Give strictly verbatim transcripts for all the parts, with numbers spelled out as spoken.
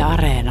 Areena.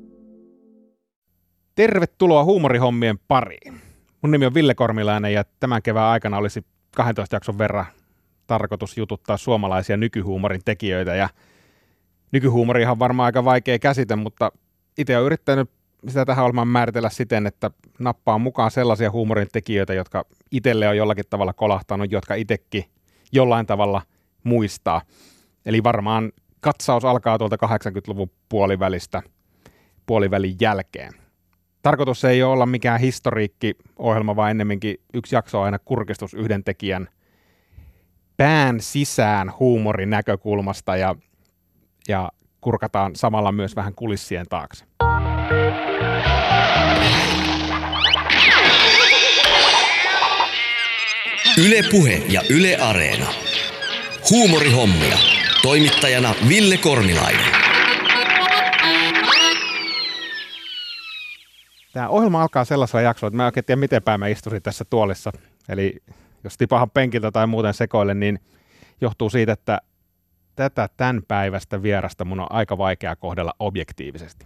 Tervetuloa huumorihommien pariin. Mun nimi on Ville Kormilainen ja tämän kevään aikana olisi kahdentoista jakson verran tarkoitus jututtaa suomalaisia nykyhuumorin tekijöitä. Ja nykyhuumorihan on varmaan aika vaikea käsite, mutta itse olen yrittänyt sitä tähän olemaan määritellä siten, että nappaa mukaan sellaisia huumorin tekijöitä, jotka itselle on jollakin tavalla kolahtanut, jotka itsekin jollain tavalla muistaa. Eli varmaan katsaus alkaa tuolta kahdeksankymmentäluvun puolivälistä puolivälin jälkeen. Tarkoitus ei ole olla mikään historiikki-ohjelma, vaan ennemminkin yksi jakso aina kurkistus yhden tekijän pään sisään huumorin näkökulmasta ja, ja kurkataan samalla myös vähän kulissien taakse. Yle Puhe ja Yle Areena. Huumorihommia. Toimittajana Ville Kornilainen. Tämä ohjelma alkaa sellaisella jaksolla, että mä en oikein tiedä, miten päin mä istuisin tässä tuolissa. Eli jos tipahan penkiltä tai muuten sekoille, niin johtuu siitä, että tätä tämän päivästä vierasta mun on aika vaikea kohdella objektiivisesti.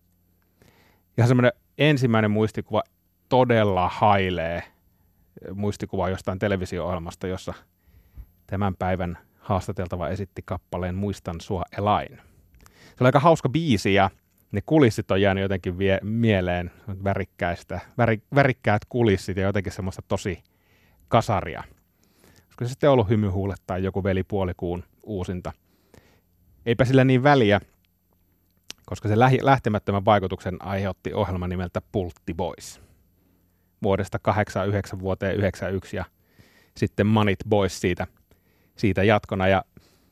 Ihan semmoinen ensimmäinen muistikuva todella hailee muistikuva jostain televisio-ohjelmasta, jossa tämän päivän haastateltava esitti kappaleen Muistan sua Elain. Se oli aika hauska biisi ja ne kulissit on jäänyt jotenkin vie, mieleen värikkäistä, väri, värikkäät kulissit ja jotenkin semmoista tosi kasaria. Olisiko se sitten ollut Hymyhuulet tai joku Velipuolikuun uusinta? Eipä sillä niin väliä, koska se lähi, lähtemättömän vaikutuksen aiheutti ohjelma nimeltä Pultti Boys. Vuodesta kahdeksankymmentäyhdeksän vuoteen yhdeksänkymmentäyksi ja sitten Manit Boys siitä, siitä jatkona. Ja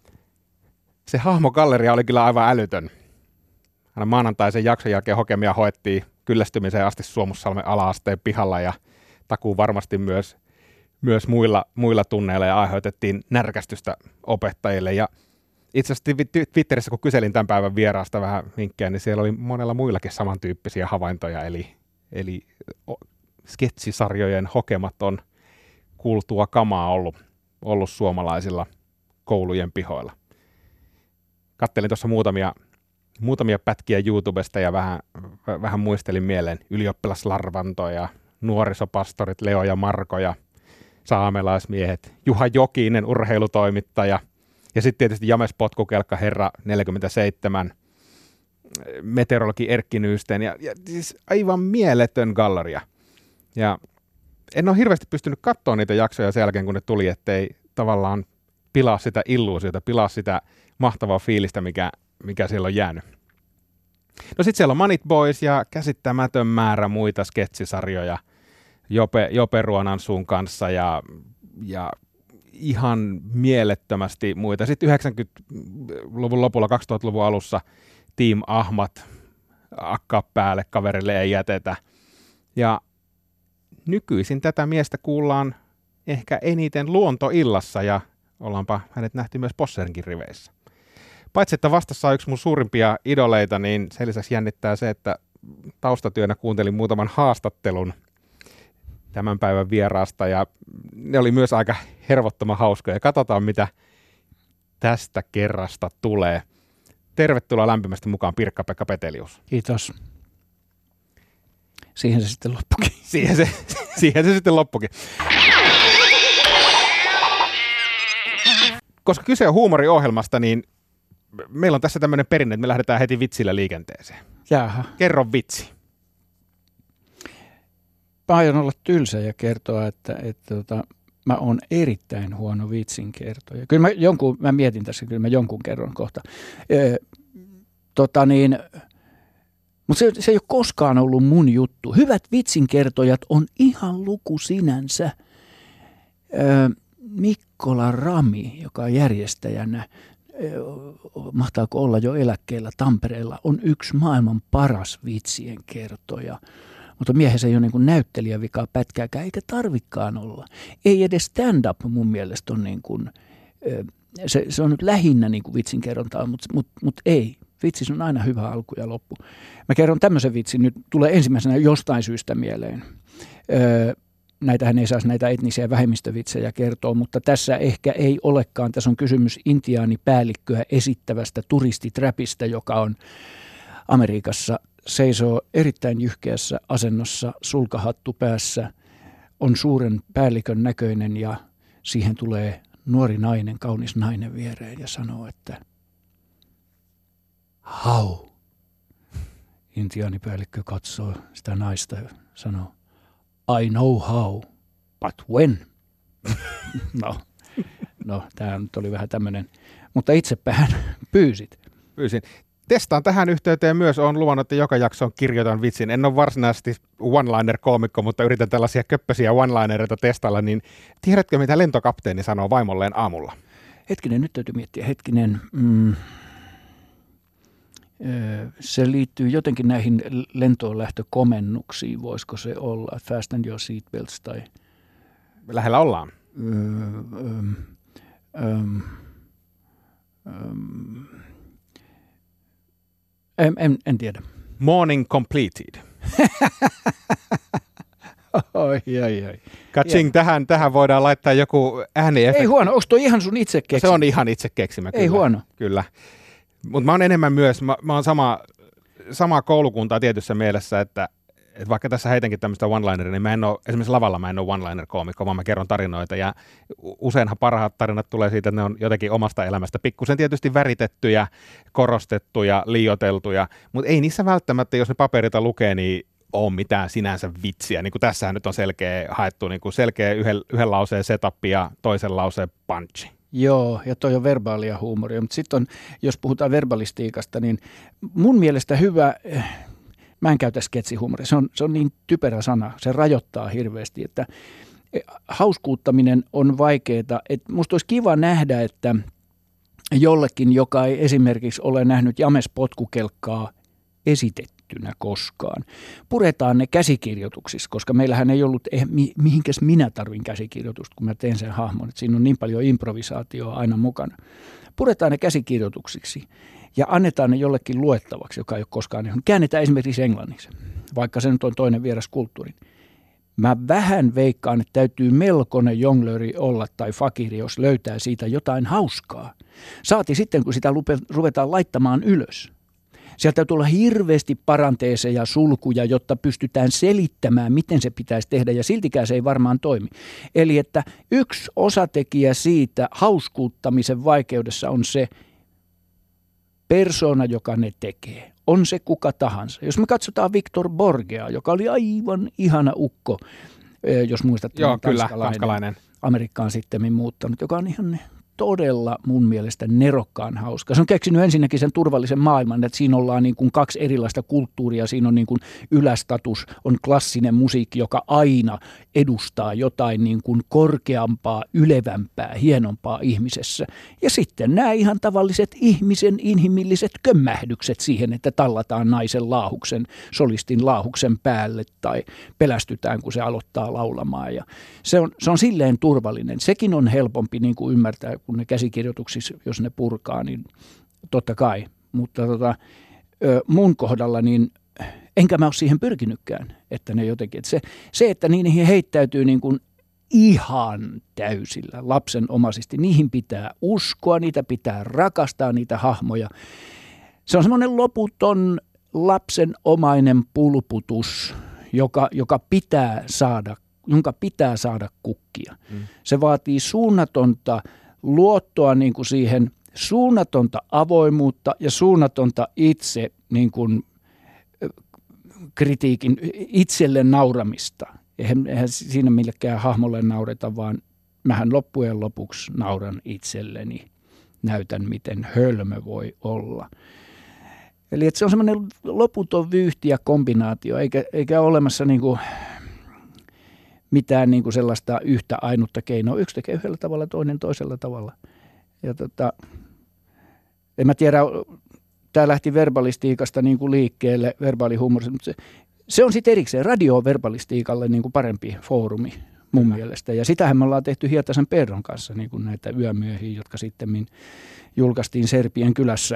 se hahmogalleria oli kyllä aivan älytön. Aina maanantaisen jakson jälkeen hokemia hoettiin kyllästymiseen asti Suomussalmen ala-asteen pihalla ja takuu varmasti myös, myös muilla, muilla tunneilla ja aiheutettiin närkästystä opettajille. Ja itse asiassa Twitterissä, kun kyselin tämän päivän vieraasta vähän vinkkejä, niin siellä oli monella muillakin samantyyppisiä havaintoja. Eli, eli sketsisarjojen hokematon kuultua kamaa ollut, ollut suomalaisilla koulujen pihoilla. Kattelin tuossa muutamia Muutamia pätkiä YouTubesta ja vähän, vähän muistelin mieleen ylioppilaslarvantoja, nuorisopastorit Leo ja Marko ja saamelaismiehet, Juha Jokinen, urheilutoimittaja ja sitten tietysti James Potkukelkka, herra neljäkymmentäseitsemän, meteorologi Erkki Nyysten ja, ja siis aivan mieletön galleria. Ja en ole hirveästi pystynyt katsoa niitä jaksoja sen jälkeen, kun ne tuli, ettei tavallaan pilaa sitä illuusiota, pilaa sitä mahtavaa fiilistä, mikä mikä siellä on jäänyt. No sitten siellä on Manit Boys ja käsittämätön määrä muita sketsisarjoja Jope, Jope Ruonansuun kanssa ja, ja ihan mielettömästi muita. Sitten yhdeksänkymmentäluvun lopulla, kaksituhattaluvun alussa Team Ahmat, Akka päälle, kaverille ei jätetä. Ja nykyisin tätä miestä kuullaan ehkä eniten Luontoillassa ja ollaanpa hänet nähty myös Posserinkin riveissä. Paitsi, että vastassa on yksi mun suurimpia idoleita, niin sen lisäksi jännittää se, että taustatyönä kuuntelin muutaman haastattelun tämän päivän vieraasta, ja ne oli myös aika hervottoman hauskoja. Katsotaan, mitä tästä kerrasta tulee. Tervetuloa lämpimästi mukaan Pirkka-Pekka Petelius. Kiitos. Siihen se sitten loppukin. Siihen se, siihen se sitten loppukin. Koska kyse on huumoriohjelmasta, niin meillä on tässä tämmöinen perinne, että me lähdetään heti vitsillä liikenteeseen. Jaha. Kerro vitsi. Mä aion olla tylsä ja kertoa, että, että tota, mä oon erittäin huono vitsin kertoja. Kyllä mä, jonkun, mä mietin tässä, kyllä mä jonkun kerron kohta. E, tota niin, mutta se, se ei ole koskaan ollut mun juttu. Hyvät vitsinkertojat on ihan luku sinänsä. E, Mikkola Rami, joka on järjestäjänä, mahtaako olla jo eläkkeellä Tampereella, on yksi maailman paras vitsien kertoja. Mutta miehessä ei ole niin kuin näyttelijävikaa pätkääkään, eikä tarvikaan olla. Ei edes stand-up mun mielestä on niin kuin, se, se on nyt lähinnä niin kuin vitsin kerrontaa, mutta, mutta, mutta ei. Vitsis on aina hyvä alku ja loppu. Mä kerron tämmöisen vitsin, nyt tulee ensimmäisenä jostain syystä mieleen. Öö, näitähän ei saisi näitä etnisiä vähemmistövitsejä kertoa, mutta tässä ehkä ei olekaan. Tässä on kysymys intiaanipäällikköä esittävästä turistiträpistä, joka on Amerikassa seisoo erittäin jyhkeässä asennossa, sulkahattu päässä, on suuren päällikön näköinen ja siihen tulee nuori nainen, kaunis nainen viereen ja sanoo, että how? Intiaanipäällikkö katsoo sitä naista ja sanoo, I know how, but when? no, no tämä nyt oli vähän tämmöinen, mutta itsepähän pyysit. Pyysin. Testaan tähän yhteyteen myös, olen luvannut, että joka jaksoon kirjoitan vitsin. En ole varsinaisesti one-liner-koomikko, mutta yritän tällaisia köppösiä one-linereita testailla, niin tiedätkö, mitä lentokapteeni sanoo vaimolleen aamulla? Hetkinen, nyt täytyy miettiä. Hetkinen, mm, se liittyy jotenkin näihin lentoon lähtökomennuksiin. Voisiko se olla fasten your seatbelts tai... Lähellä ollaan. Öö, öö, öö, En, en, en tiedä. Morning completed. Oi, oi, oi. Katsing, tähän, tähän voidaan laittaa joku ääniefekti. Ei huono, onko toi ihan sun itse keksimä? Se on ihan itse keksimä, kyllä. Ei huono. Kyllä. Mutta mä oon enemmän myös, mä, mä oon sama, samaa koulukuntaa tietyssä mielessä, että, että vaikka tässä heitänkin tämmöistä one-lineria, niin mä en ole, esimerkiksi lavalla mä en ole one-liner-koomikko, vaan mä kerron tarinoita, ja useinhan parhaat tarinat tulee siitä, että ne on jotenkin omasta elämästä pikkusen tietysti väritettyjä, korostettuja, liioiteltuja, mutta ei niissä välttämättä, jos ne paperita lukee, niin ole mitään sinänsä vitsiä. Niin kuin tässähän nyt on selkeä haettu, niin kuin selkeä yhden, yhden lauseen setup ja toisen lauseen punchi. Joo, ja toi on verbaalia huumoria, mutta sitten jos puhutaan verbalistiikasta, niin mun mielestä hyvä... Mä en käytä sketsihuumoria. Se on, se on niin typerä sana. Se rajoittaa hirveästi, että hauskuuttaminen on vaikeaa. Musta olisi kiva nähdä, että jollekin, joka ei esimerkiksi ole nähnyt James-potkukelkkaa esitettynä koskaan, puretaan ne käsikirjoituksissa, koska meillähän ei ollut, eh, mi, mihinkäs minä tarvin käsikirjoitusta, kun mä teen sen hahmon. Että siinä on niin paljon improvisaatioa aina mukana. Puretaan ne käsikirjoituksiksi. Ja annetaan ne jollekin luettavaksi, joka ei ole koskaan nähnyt. Käännetään esimerkiksi englanniksi, vaikka se nyt on toinen vieras kulttuuri. Mä vähän veikkaan, että täytyy melkoinen jonglööri olla tai fakiri, jos löytää siitä jotain hauskaa. Saati sitten, kun sitä ruvetaan laittamaan ylös. Sieltä täytyy olla hirveästi paranteeseja, sulkuja, jotta pystytään selittämään, miten se pitäisi tehdä, ja siltikään se ei varmaan toimi. Eli että yksi osatekijä siitä hauskuuttamisen vaikeudessa on se, persona, joka ne tekee, on se kuka tahansa. Jos me katsotaan Victor Borgea, joka oli aivan ihana ukko, jos muistatte, Joo, kyllä, tanskalainen, tanskalainen. Amerikkaan sitten muuttanut, joka on ihan todella mun mielestä nerokkaan hauska. Se on keksinyt ensinnäkin sen turvallisen maailman, että siinä ollaan niin kuin kaksi erilaista kulttuuria. Siinä on niin kuin ylästatus, on klassinen musiikki, joka aina edustaa jotain niin kuin korkeampaa, ylevämpää, hienompaa ihmisessä. Ja sitten nämä ihan tavalliset ihmisen inhimilliset kömmähdykset siihen, että tallataan naisen laahuksen, solistin laahuksen päälle tai pelästytään, kun se aloittaa laulamaan. Ja se on, se on silleen turvallinen. Sekin on helpompi niin kuin ymmärtää, kun ne käsikirjoituksissa, jos ne purkaa, niin totta kai. Mutta tota, mun kohdalla, niin enkä mä ole siihen pyrkinytkään, että ne jotenkin, että se, se, että niihin heittäytyy niin kuin ihan täysillä, lapsenomaisesti, niihin pitää uskoa, niitä pitää rakastaa, niitä hahmoja. Se on semmoinen loputon lapsenomainen pulputus, joka, joka pitää saada, jonka pitää saada kukkia. Mm. Se vaatii suunnatonta luottoa niin kuin siihen, suunnatonta avoimuutta ja suunnatonta itse niin kuin, kritiikin, itselle nauramista. Eihän, eihän siinä millekään hahmolle naureta, vaan mähän loppujen lopuksi nauran itselleni. Näytän, miten hölmö voi olla. Eli että se on semmoinen loputon vyyhti ja kombinaatio, eikä, eikä ole olemassa niin kuin mitään niin kuin sellaista yhtä ainutta keinoa. Yksi tekee yhdellä tavalla, toinen toisella tavalla. Ja tota, en mä tiedä, tämä lähti verbalistiikasta niin kuin liikkeelle, verbaalihuumorista, mutta se, se on sitten erikseen radio-verbalistiikalle niin kuin parempi foorumi mun Kyllä. mielestä. Ja sitähän me ollaan tehty Hietasen Pedron kanssa, niin kuin näitä yömyöhiä, jotka sitten julkaistiin Serpien kylässä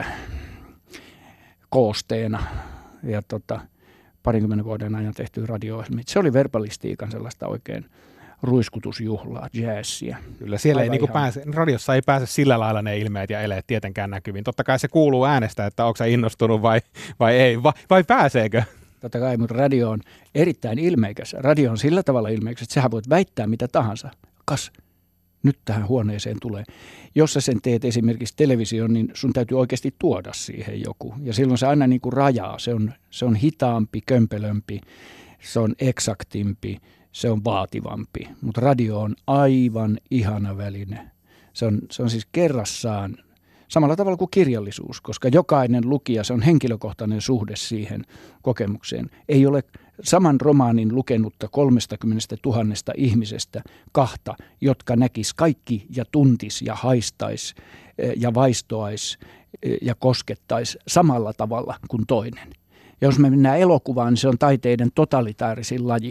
koosteena. Ja tota, parinkymmenen vuoden ajan tehty radio-ohjelmia. Se oli verbalistiikan sellaista oikein ruiskutusjuhlaa, jazzia. Kyllä siellä ei niinku ihan... pääse, radiossa ei pääse sillä lailla ne ilmeet ja eleet tietenkään näkyviin. Totta kai se kuuluu äänestä, että onko sä innostunut vai, vai ei, vai, vai pääseekö? Totta kai, mutta radio on erittäin ilmeikäs. Radio on sillä tavalla ilmeikäs, että sähän voit väittää mitä tahansa. Kas, nyt tähän huoneeseen tulee. Jos sä sen teet esimerkiksi television, niin sun täytyy oikeasti tuoda siihen joku. Ja silloin se aina niin kuin rajaa. Se on, se on hitaampi, kömpelömpi, se on eksaktimpi, se on vaativampi. Mutta radio on aivan ihana väline. Se on, se on siis kerrassaan samalla tavalla kuin kirjallisuus, koska jokainen lukija, se on henkilökohtainen suhde siihen kokemukseen. Ei ole saman romaanin lukenutta kolmestakymmenestätuhannesta ihmisestä kahta, jotka näkis kaikki ja tuntis ja haistais ja vaistoais ja koskettais samalla tavalla kuin toinen. Ja jos me mennään elokuvaan, niin se on taiteiden totalitaarisin laji.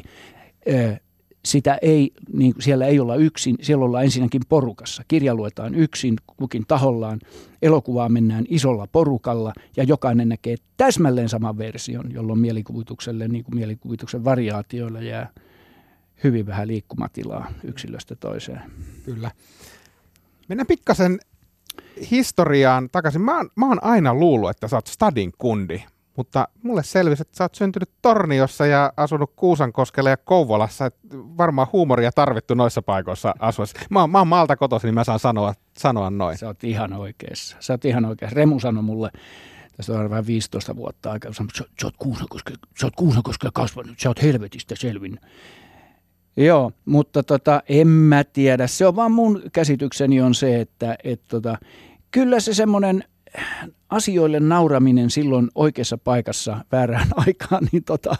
Sitä ei, niin siellä ei olla yksin, siellä ollaan ensinnäkin porukassa. Kirja luetaan yksin, kukin tahollaan. Elokuvaan mennään isolla porukalla ja jokainen näkee täsmälleen saman version, jolloin mielikuvitukselle, niin kuin mielikuvituksen variaatioilla jää hyvin vähän liikkumatilaa yksilöstä toiseen. Kyllä. Mennään pikkasen historiaan takaisin. Mä oon, mä oon aina luullut, että sä oot stadin kundi. Mutta mulle selvisi, että sä oot syntynyt Torniossa ja asunut Kuusankoskella ja Kouvolassa. Että varmaan huumoria tarvittu noissa paikoissa asuessa. Mä oon, mä oon maalta kotoisin, niin mä saan sanoa, sanoa noin. Sä oot ihan oikeassa. Sä oot ihan oikeassa. Remu sanoi mulle, tästä on vähän viisitoista vuotta aikaa, sä, sä oot Kuusankoskella, sä oot Kuusankoskella kasvanut, sä oot helvetistä selvinnyt. Joo, mutta tota, en mä tiedä. Se on vaan mun käsitykseni on se, että et tota, kyllä se semmoinen asioille nauraminen silloin oikeassa paikassa väärään aikaan niin tota,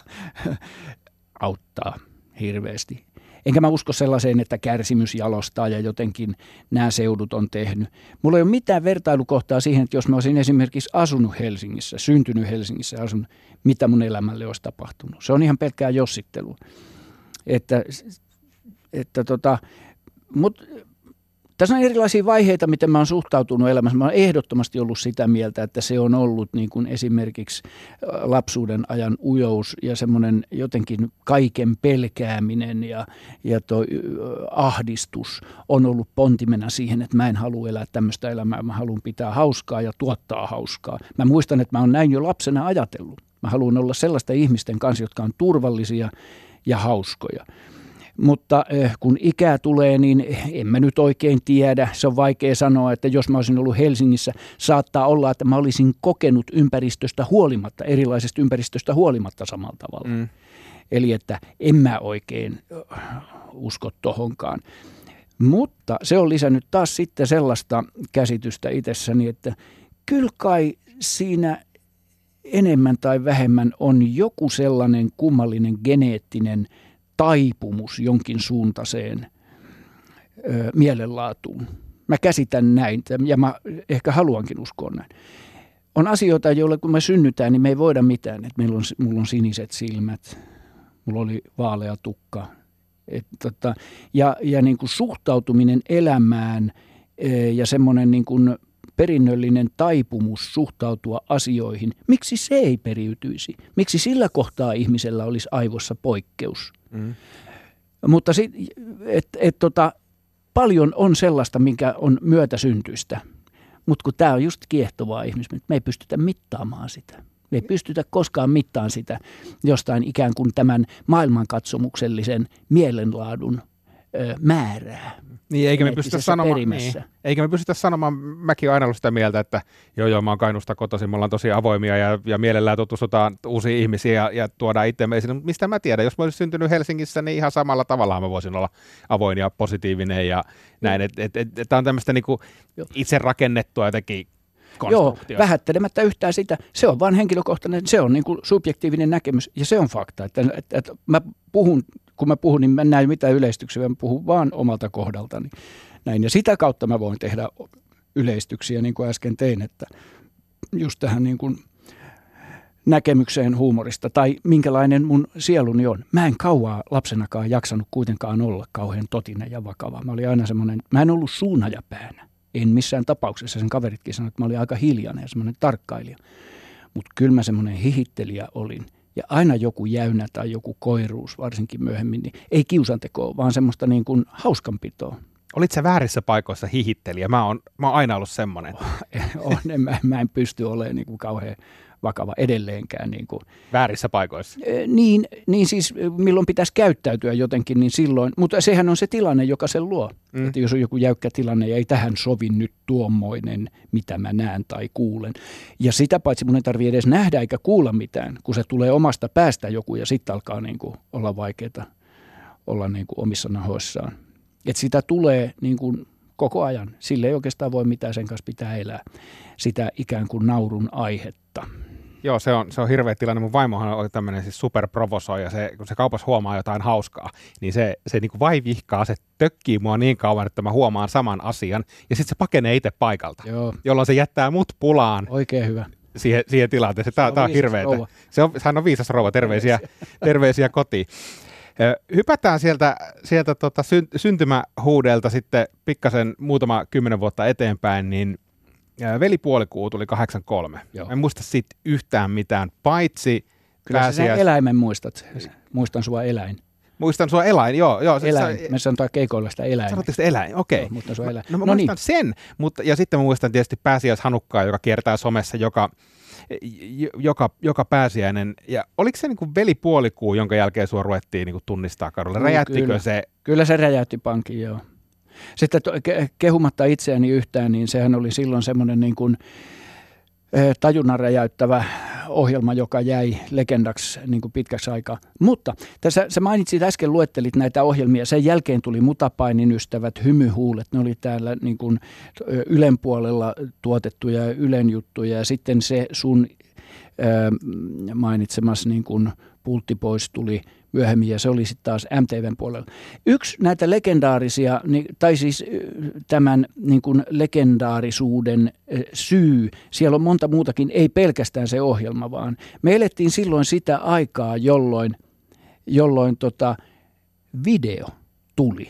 auttaa hirveästi. Enkä mä usko sellaiseen, että kärsimys jalostaa ja jotenkin nämä seudut on tehnyt. Mulla ei ole mitään vertailukohtaa siihen, että jos mä olisin esimerkiksi asunut Helsingissä, syntynyt Helsingissä, asun, mitä mun elämälle olisi tapahtunut. Se on ihan pelkkää jossittelua. Että, että tota, mut, tässä on erilaisia vaiheita, miten mä oon suhtautunut elämässä. Mä oon ehdottomasti ollut sitä mieltä, että se on ollut niin kuin esimerkiksi lapsuuden ajan ujous ja semmoinen jotenkin kaiken pelkääminen ja, ja toi ahdistus on ollut pontimena siihen, että mä en halua elää tämmöistä elämää. Mä haluan pitää hauskaa ja tuottaa hauskaa. Mä muistan, että mä oon näin jo lapsena ajatellut. Mä haluan olla sellaista ihmisten kanssa, jotka on turvallisia ja hauskoja. Mutta kun ikää tulee, niin en mä nyt oikein tiedä. Se on vaikea sanoa, että jos mä olisin ollut Helsingissä, saattaa olla, että mä olisin kokenut ympäristöstä huolimatta, erilaisesta ympäristöstä huolimatta samalla tavalla. Mm. Eli että en mä oikein usko tohonkaan. Mutta se on lisännyt taas sitten sellaista käsitystä itsessäni, että kyllä kai siinä enemmän tai vähemmän on joku sellainen kummallinen geneettinen taipumus jonkin suuntaiseen ö, mielenlaatuun. Mä käsitän näin ja mä ehkä haluankin uskoa näin. On asioita, joille kun me synnytään, niin me ei voida mitään. Et meillä on, mulla on siniset silmät, mulla oli vaalea tukka. Et, tota, ja ja niin kuin suhtautuminen elämään e, ja semmoinen niin kuin perinnöllinen taipumus suhtautua asioihin, miksi se ei periytyisi? Miksi sillä kohtaa ihmisellä olisi aivossa poikkeus? Mm. Mutta sit, et, et, tota, paljon on sellaista, mikä on myötäsyntyistä. Mutta kun tämä on just kiehtovaa ihmistä, me ei pystytä mittaamaan sitä. Me ei pystytä koskaan mittaamaan sitä jostain ikään kuin tämän maailmankatsomuksellisen mielenlaadun ö, määrää. Niin, eikä me pystytä sanomaan, niin, eikä me pystytä sanomaan, mäkin olen aina ollut sitä mieltä, että joo joo, mä oon Kainuusta kotoisin, me ollaan tosi avoimia ja, ja mielellään tutustutaan uusia ihmisiä ja, ja tuodaan itseämme esille, mutta mistä mä tiedän, jos mä olisin syntynyt Helsingissä, niin ihan samalla tavalla mä voisin olla avoin ja positiivinen ja näin, että et, et, et, tämä on tämmöistä niinku itse rakennettua jotenkin konstruktio. Joo, vähättelemättä yhtään sitä, se on vaan henkilökohtainen, se on niinku subjektiivinen näkemys ja se on fakta, että, että, että mä puhun kun mä puhun, niin mä en näe mitään yleistyksiä, mä puhun vaan omalta kohdaltani. Näin. Ja sitä kautta mä voin tehdä yleistyksiä, niin kuin äsken tein, että just tähän niin kuin näkemykseen huumorista, tai minkälainen mun sieluni on. Mä en kauaa lapsenakaan jaksanut kuitenkaan olla kauhean totinen ja vakava. Mä olin aina semmoinen, mä en ollut suunajapäänä. En missään tapauksessa, sen kaveritkin sanoivat, että mä olin aika hiljainen ja semmoinen tarkkailija. Mutta kyllä mä semmoinen hihittelijä olin. ja aina joku jäynä tai joku koiruus varsinkin myöhemmin, niin ei kiusantekoa, vaan semmoista niin kuin hauskanpitoa. Olit sä väärissä paikoissa hihittelijä? Mä oon, mä oon aina ollut semmoinen. On, en, mä, mä en pysty olemaan niin kuin kauhean vakava edelleenkään. Niin kuin. Väärissä paikoissa? Niin, niin siis milloin pitäisi käyttäytyä jotenkin, niin silloin. Mutta sehän on se tilanne, joka sen luo. Mm. Että jos on joku jäykkä tilanne ja ei tähän sovi nyt tuommoinen, mitä mä näen tai kuulen. Ja sitä paitsi mun ei tarvitse edes nähdä eikä kuulla mitään, kun se tulee omasta päästä joku ja sitten alkaa niin kuin olla vaikeaa olla niin kuin omissa nahoissaan. Että sitä tulee niin kuin koko ajan. Sille ei oikeastaan voi mitään, sen kanssa pitää elää. Sitä ikään kuin naurun aihetta. Joo, se on, se on hirveä tilanne. Mun vaimohan oli tämmöinen siis superprovosoija. Se, kun se kaupassa huomaa jotain hauskaa, niin se, se niin kuin vaivihkaa, se tökkii mua niin kauan, että mä huomaan saman asian. Ja sitten se pakenee itse paikalta, Joo. jolloin se jättää mut pulaan. Oikein hyvä. Siihen, siihen tilanteeseen. Tämä on, on hirveätä. Se on, hän on viisas rouva. Terveisiä, terveisiä kotiin. Hypätään sieltä, sieltä tota syntymähuudelta sitten pikkasen muutama kymmenen vuotta eteenpäin, niin velipuolikuu tuli kahdeksankymmentäkolme. Joo. En muista siitä yhtään mitään, paitsi Kyllä pääsiäis... sä eläimen muistat. Muistan sua eläin. Muistan sua eläin, joo. joo eläin. Se, me sanotaan keikoilla sitä eläin. Sanotte sitä eläin, okei. Okay. Muistan sua eläin. No, no mä no muistan niin. sen, mutta, ja sitten mä muistan tietysti pääsiäishanukkaa, joka kiertää somessa joka, joka, joka pääsiäinen. Ja oliko se niin kuin velipuolikuu, jonka jälkeen sua ruvettiin niin kuin tunnistaa kadulla? Räjättikö kyllä. se? Kyllä se räjäytti pankin, joo. Sitten to, ke, kehumatta itseäni yhtään, niin sehän oli silloin semmoinen niin kuin tajunnan räjäyttävä ohjelma, joka jäi legendaksi niin kuin pitkäksi aikaa. Mutta tässä sä mainitsit äsken, luettelit näitä ohjelmia. Sen jälkeen tuli Mutapainin ystävät, Hymyhuulet. Ne oli täällä niin kuin Ylen puolella tuotettuja Ylen juttuja. Ja sitten se sun äh, mainitsemas niin kuin Pultti pois tuli myöhemmin, ja se oli sitten taas M T V:n puolella. Yksi näitä legendaarisia, tai siis tämän niin kuin legendaarisuuden syy, siellä on monta muutakin, ei pelkästään se ohjelma, vaan me elettiin silloin sitä aikaa, jolloin, jolloin tota video tuli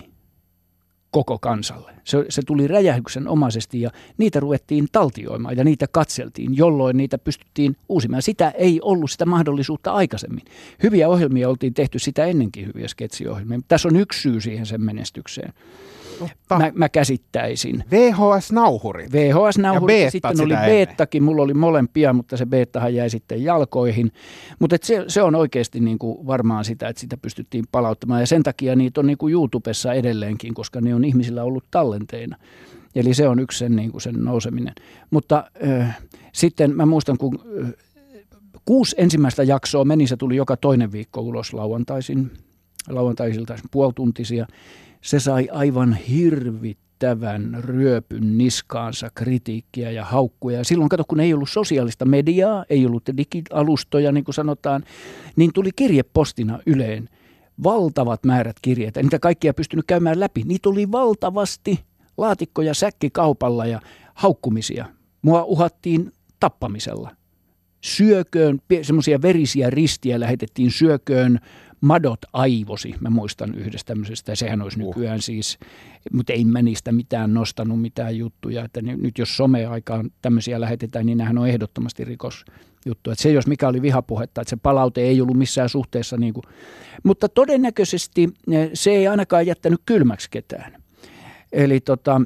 koko kansalle. Se, se tuli räjähdyksen omaisesti ja niitä ruvettiin taltioimaan ja niitä katseltiin, jolloin niitä pystyttiin uusimaan. Sitä ei ollut sitä mahdollisuutta aikaisemmin. Hyviä ohjelmia oltiin tehty sitä ennenkin, hyviä sketsiohjelmia. Tässä on yksi syy siihen sen menestykseen. Mä, mä käsittäisin. V H S-nauhuri. V H S-nauhuri. Ja sitten oli beettakin. Mulla oli molempia, mutta se beettahan jäi sitten jalkoihin. Mutta se, se on oikeasti niinku varmaan sitä, että sitä pystyttiin palauttamaan. Ja sen takia niitä on niinku YouTubessa edelleenkin, koska ne on ihmisillä ollut tallenteina. Eli se on yksi sen, niinku sen nouseminen. Mutta äh, sitten mä muistan, kun äh, kuusi ensimmäistä jaksoa meni, se tuli joka toinen viikko ulos lauantaisin, lauantaisilta puolituntisia. Se sai aivan hirvittävän ryöpyn niskaansa kritiikkiä ja haukkuja. Ja silloin, kato, kun ei ollut sosiaalista mediaa, ei ollut digialustoja, niin kuin sanotaan, niin tuli kirjepostina Yleen valtavat määrät kirjeitä. Niitä kaikkia ei pystynyt käymään läpi. Niitä oli valtavasti laatikkoja säkkikaupalla ja haukkumisia. Mua uhattiin tappamisella. Syököön, semmoisia verisiä ristiä lähetettiin syököön, madot aivosi, mä muistan yhdestä tämmöisestä, ja sehän olisi uh. nykyään siis, mutta ei mä niistä mitään nostanut mitään juttuja, että nyt jos someaikaan tämmöisiä lähetetään, niin nämähän on ehdottomasti rikosjuttu. Että se jos mikä oli vihapuhetta, että se palaute ei ollut missään suhteessa, niin kuin, mutta todennäköisesti se ei ainakaan jättänyt kylmäksi ketään. Eli tota,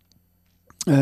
öö,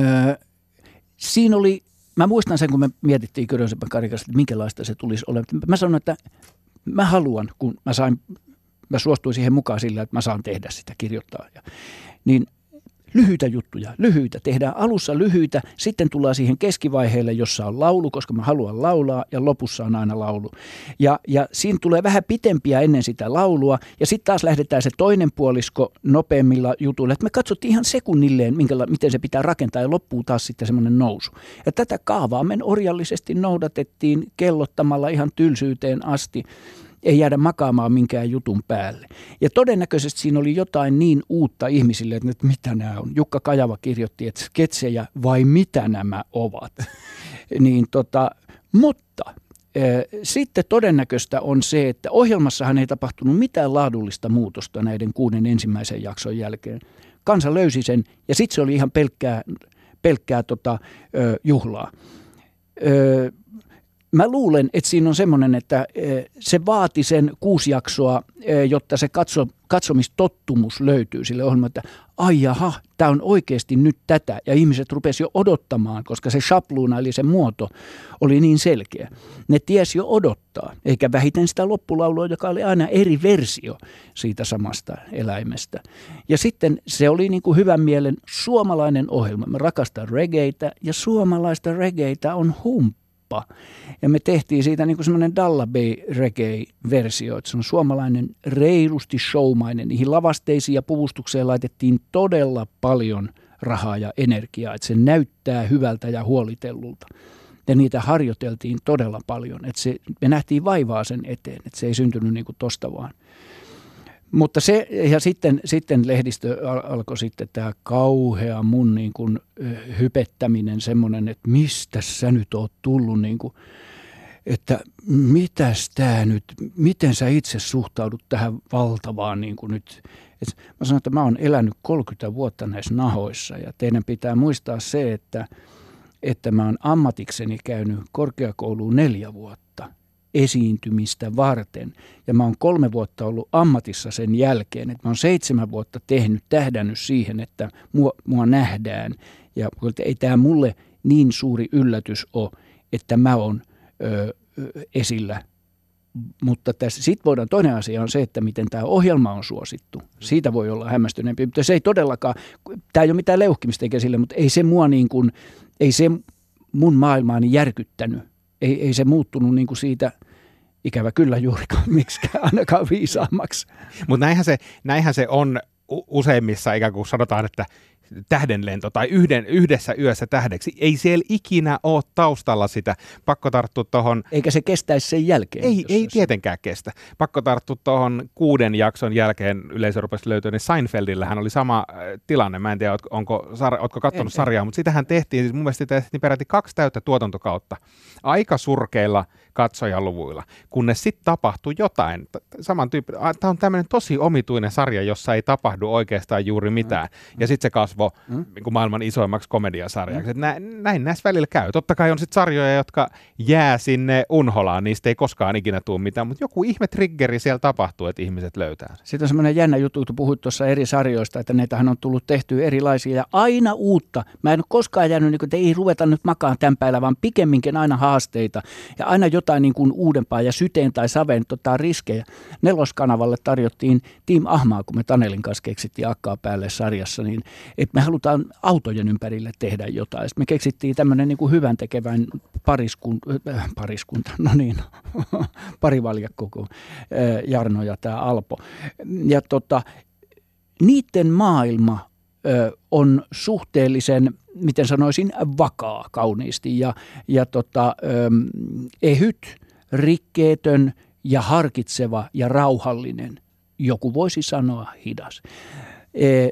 siinä oli, mä muistan sen, kun me mietittiin Kyrösepän karikasta, että minkälaista se tulisi olemaan. Mä sanoin, että mä haluan, kun mä sain, mä suostuin siihen mukaan sillä, että mä saan tehdä sitä, kirjoittaa. Ja, niin lyhyitä juttuja, lyhyitä. Tehdään alussa lyhyitä, sitten tullaan siihen keskivaiheelle, jossa on laulu, koska mä haluan laulaa, ja lopussa on aina laulu. Ja, ja siinä tulee vähän pitempiä ennen sitä laulua, ja sitten taas lähdetään se toinen puolisko nopeammilla jutuilla. Et me katsottiin ihan sekunnilleen, minkäla, miten se pitää rakentaa, ja loppuu taas sitten semmoinen nousu. Ja tätä kaavaa me orjallisesti noudatettiin kellottamalla ihan tylsyyteen asti. Ei jäädä makaamaan minkään jutun päälle. Ja todennäköisesti siinä oli jotain niin uutta ihmisille, että nyt mitä nämä on. Jukka Kajava kirjoitti, että sketsejä vai mitä nämä ovat. niin tota, mutta e, sitten todennäköistä on se, että ohjelmassahan ei tapahtunut mitään laadullista muutosta näiden kuuden ensimmäisen jakson jälkeen. Kansa löysi sen ja sitten se oli ihan pelkkää, pelkkää tota, ö, juhlaa. Ö, mä luulen, että siinä on semmoinen, että se vaati sen kuusi jaksoa, jotta se katso, katsomistottumus löytyy sille ohjelmalle, että ai jaha, tämä on oikeasti nyt tätä. Ja ihmiset rupesi jo odottamaan, koska se shapluuna eli se muoto oli niin selkeä. Ne tiesi jo odottaa, eikä vähiten sitä loppulaulua, joka oli aina eri versio siitä samasta eläimestä. Ja sitten se oli niin kuin hyvän mielen suomalainen ohjelma. Mä rakastan reggaeitä ja suomalaista reggaeitä on humppa. Ja me tehtiin siitä niin kuin semmoinen Dallaby reggae-versio, että se on suomalainen reilusti showmainen. Niihin lavasteisiin ja puvustukseen laitettiin todella paljon rahaa ja energiaa, että se näyttää hyvältä ja huolitellulta. Ja niitä harjoiteltiin todella paljon, että se, me nähtiin vaivaa sen eteen, että se ei syntynyt niin kuin tosta vaan. Mutta se, ja sitten, sitten lehdistö alkoi sitten tämä kauhea mun niin kuin hypettäminen, semmoinen, että mistä sä nyt oot tullut, niin kuin, että mitäs tää nyt, miten sä itse suhtaudut tähän valtavaan niin kuin nyt. Et mä sanon, että mä oon elänyt kolmekymmentä vuotta näissä nahoissa ja teidän pitää muistaa se, että, että mä oon ammatikseni käynyt korkeakouluun neljä vuotta esiintymistä varten. Ja mä oon kolme vuotta ollut ammatissa sen jälkeen, että mä oon seitsemän vuotta tehnyt, tähdännyt siihen, että mua, mua nähdään. Ja ei tämä mulle niin suuri yllätys ole, että mä oon ö, esillä. Mutta sitten voidaan, toinen asia on se, että miten tämä ohjelma on suosittu. Siitä voi olla hämmästyneempi, mutta se ei todellakaan, tämä ei ole mitään leuhkimista eikä sille, mutta ei se mua niin kuin, ei se mun maailmaani järkyttänyt. Ei, ei se muuttunut niin kuin siitä, ikävä kyllä juurikaan miksikään ainakaan viisaammaksi. Mutta näinhän se, näinhän se on useimmissa, ikään kuin sanotaan, että tähdenlento tai yhden, yhdessä yössä tähdeksi. Ei siellä ikinä ole taustalla sitä. Pakko tarttua tuohon. Eikä se kestäisi sen jälkeen. Ei, ei tietenkään kestä. Pakko tarttua tuohon kuuden jakson jälkeen yleisö rupesi löytyä, niin Seinfeldillähän oli sama tilanne. Mä en tiedä, onko, ootko katsonut sarjaa, mutta sitähän tehtiin, siis mun mielestä tehtiin peräti kaksi täyttä tuotantokautta. Aika surkeilla katsojaluvuilla, kunnes sitten tapahtui jotain. Saman tyyppi. Tämä on tämmöinen tosi omituinen sarja, jossa ei tapahdu oikeastaan juuri mitään. Ja sitten se kasvoi mm. niin maailman isoimmaksi komediasarjaksi. Mm. Näin, näin näissä välillä käy. Totta kai on sitten sarjoja, jotka jää sinne unholaan. Niistä ei koskaan ikinä tule mitään, mutta joku ihme triggeri siellä tapahtuu, että ihmiset löytää. Sitten on semmoinen jännä juttu, kun puhuit tuossa eri sarjoista, että näitähän on tullut tehtyä erilaisia ja aina uutta. Mä en ole koskaan jäänyt, niin kuin, että ei ruveta nyt makaan tämän päällä, vaan pikemminkin aina haasteita ja aina jotain niin kuin uudempaa ja syteen tai saveen tota, riskejä. Neloskanavalle tarjottiin Team Ahmaa, kun me Tanelin kanssa keksittiin Akkaa päälle sarjassa, niin että me halutaan autojen ympärille tehdä jotain. Sitten me keksittiin tämmöinen niin kuin hyvän tekevän pariskunta, äh, pariskunta, no niin, parivaljakko, äh, Jarno ja tämä Alpo. Ja tota, niiden maailma äh, on suhteellisen, miten sanoisin, vakaa kauniisti ja, ja tota, ähm, ehyt, rikkeetön ja harkitseva ja rauhallinen. Joku voisi sanoa hidas. E,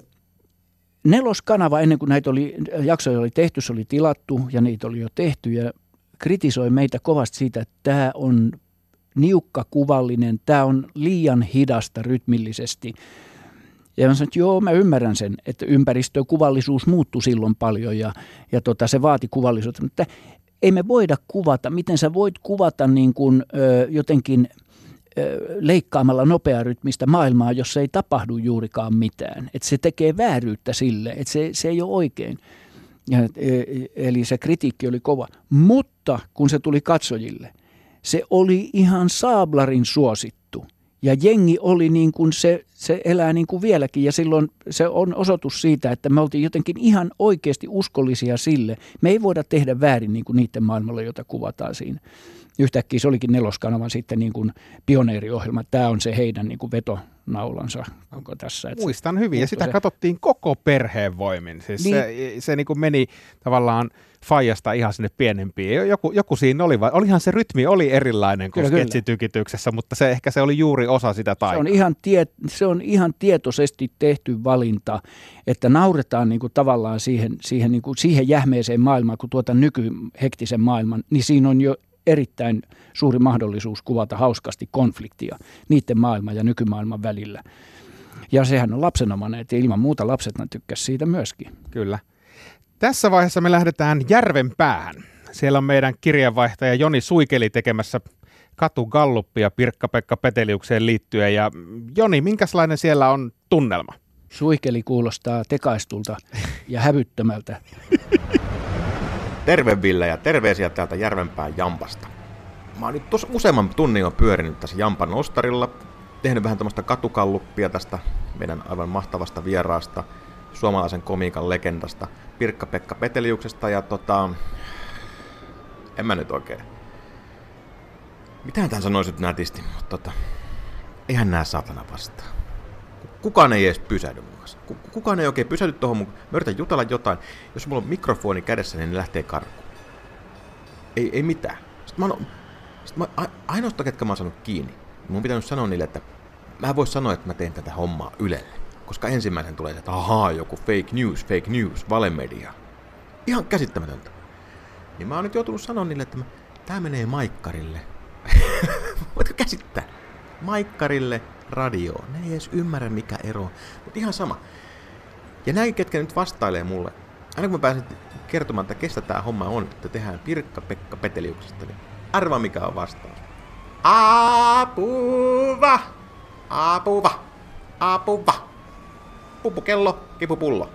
Neloskanava, ennen kuin näitä oli, jaksoja oli tehty, se oli tilattu ja niitä oli jo tehty ja kritisoi meitä kovasti siitä, että tämä on niukka kuvallinen, tämä on liian hidasta rytmillisesti. Ja mä sanoin, että joo, mä ymmärrän sen, että ympäristökuvallisuus muuttui silloin paljon ja, ja tota, se vaati kuvallisuutta, mutta ei me voida kuvata, miten sä voit kuvata niin kuin, ö, jotenkin leikkaamalla nopearytmistä maailmaa, jossa ei tapahdu juurikaan mitään. Että se tekee vääryyttä sille, että se, se ei ole oikein. Ja, eli se kritiikki oli kova. Mutta kun se tuli katsojille, se oli ihan saablarin suosittu. Ja jengi oli niin kuin se, se elää niin kuin vieläkin ja silloin se on osoitus siitä, että me oltiin jotenkin ihan oikeasti uskollisia sille. Me ei voida tehdä väärin niin kuin niiden maailmalla, jota kuvataan siinä. Yhtäkkiä se olikin Neloskanavan sitten niin kuin pioneeriohjelma. Tämä on se heidän niin kuin vetonaulansa koko tässä. Että muistan hyvin ja sitä se katsottiin koko perheen voimin. Siis niin, se se niin kuin meni tavallaan faijasta ihan sinne pienempiin. Joku, joku siinä oli, olihan se rytmi oli erilainen kuin sketsitykityksessä, mutta se ehkä se oli juuri osa sitä taikaa. Se on ihan, tie, se on ihan tietoisesti tehty valinta, että nauretaan niin kuin tavallaan siihen, siihen, niin kuin siihen jähmeeseen maailmaan, kun tuota nykyhektisen maailman, niin siinä on jo erittäin suuri mahdollisuus kuvata hauskasti konfliktia niiden maailman ja nykymaailman välillä. Ja sehän on lapsenomainen, että ilman muuta lapset tykkäsivät siitä myöskin. Kyllä. Tässä vaiheessa me lähdetään järven päähän. Siellä on meidän kirjeenvaihtaja Joni Suikeli tekemässä katugalluppia Pirkka-Pekka Peteliukseen liittyen. Ja Joni, minkälainen siellä on tunnelma? Suikeli kuulostaa tekaistulta ja hävyttömältä. Terve Ville ja terveisiä täältä Järvenpään Jampasta. Mä oon nyt tuossa useamman tunnin on pyörinyt tässä Jampan ostarilla, tehnyt vähän tämmöistä katukalluppia tästä meidän aivan mahtavasta vieraasta, suomalaisen komiikan legendasta, Pirkka-Pekka Peteliuksesta ja tota... En mä nyt oikein... Mitähän tän sanoisi nyt nätisti, mutta tota... Eihän nää saatana vastaa. Kukaan ei edes pysähdy mun kanssa. Kukaan ei oikein pysähdy tohon mun... Mä yritän jutella jotain. Jos mulla on mikrofoni kädessä, niin ne lähtee karkuun. Ei, ei mitään. Sitten mä oon... Sitten mä, ainoastaan, ketkä mä oon saanut kiinni, niin mun pitänyt sanoa niille, että mä en voi sanoa, että mä teen tätä hommaa Ylelle. Koska ensimmäisen tulee se, että ahaa, joku fake news, fake news, valemedia. Ihan käsittämätöntä. Niin mä oon nyt joutunut sanoa niille, että mä, tää menee Maikkarille. Voitko käsittää? Maikkarille, radioon. Ne ei edes ymmärrä mikä ero. Mutta ihan sama. Ja näin, ketkä nyt vastailee mulle. Aina kun mä pääsen kertomaan, että kestä tää homma on, että tehdään Pirkka-Pekka Peteliuksesta, niin arva mikä on vastaus. Apuva! Apuva! Apuva! Pupukello, kipupullo.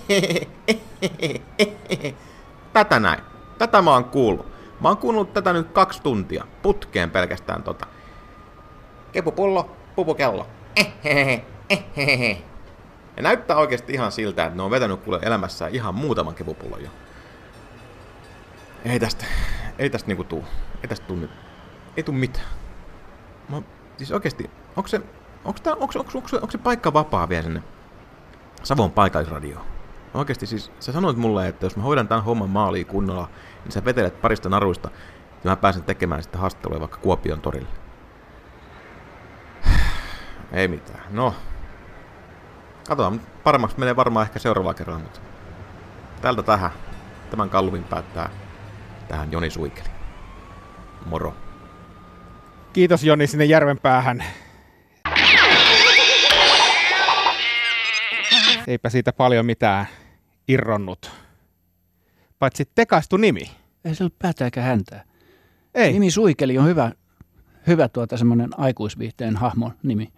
Tätä näin. Tätä mä oon kuullut. Mä oon kuunnellut tätä nyt kaksi tuntia. Putkeen pelkästään tota. Kipupullo, pupukello. Ja näyttää oikeesti ihan siltä, että ne on vetänyt kuule elämässään ihan muutaman kipupullon jo. Ei tästä, ei tästä niinku tuu. Ei tästä tuu nyt. Ei tuu mitään. Mä, siis oikeesti, onko se, onko tää, onko, onko, onko, onko se paikka vapaa vielä sinne Savon paikallisradioon? Oikeesti siis, sä sanoit mulle, että jos mä hoidan tän homman maaliin kunnolla, niin sä vetelet parista naruista, ja mä pääsen tekemään sitten haastattelua vaikka Kuopion torille. Ei mitään, no. Katsotaan, paremmaksi menee varmaan ehkä seuraavalla kerralla, mutta tältä tähän, tämän kalluvin päättää tähän Joni Suikeli. Moro. Kiitos Joni sinne Järvenpäähän. Eipä siitä paljon mitään irronnut. Paitsi tekaistu nimi. Ei se ole päätä eikä häntää. Ei. Nimi Suikeli on hyvä, hyvä tuota semmoinen aikuisviihteen hahmon nimi.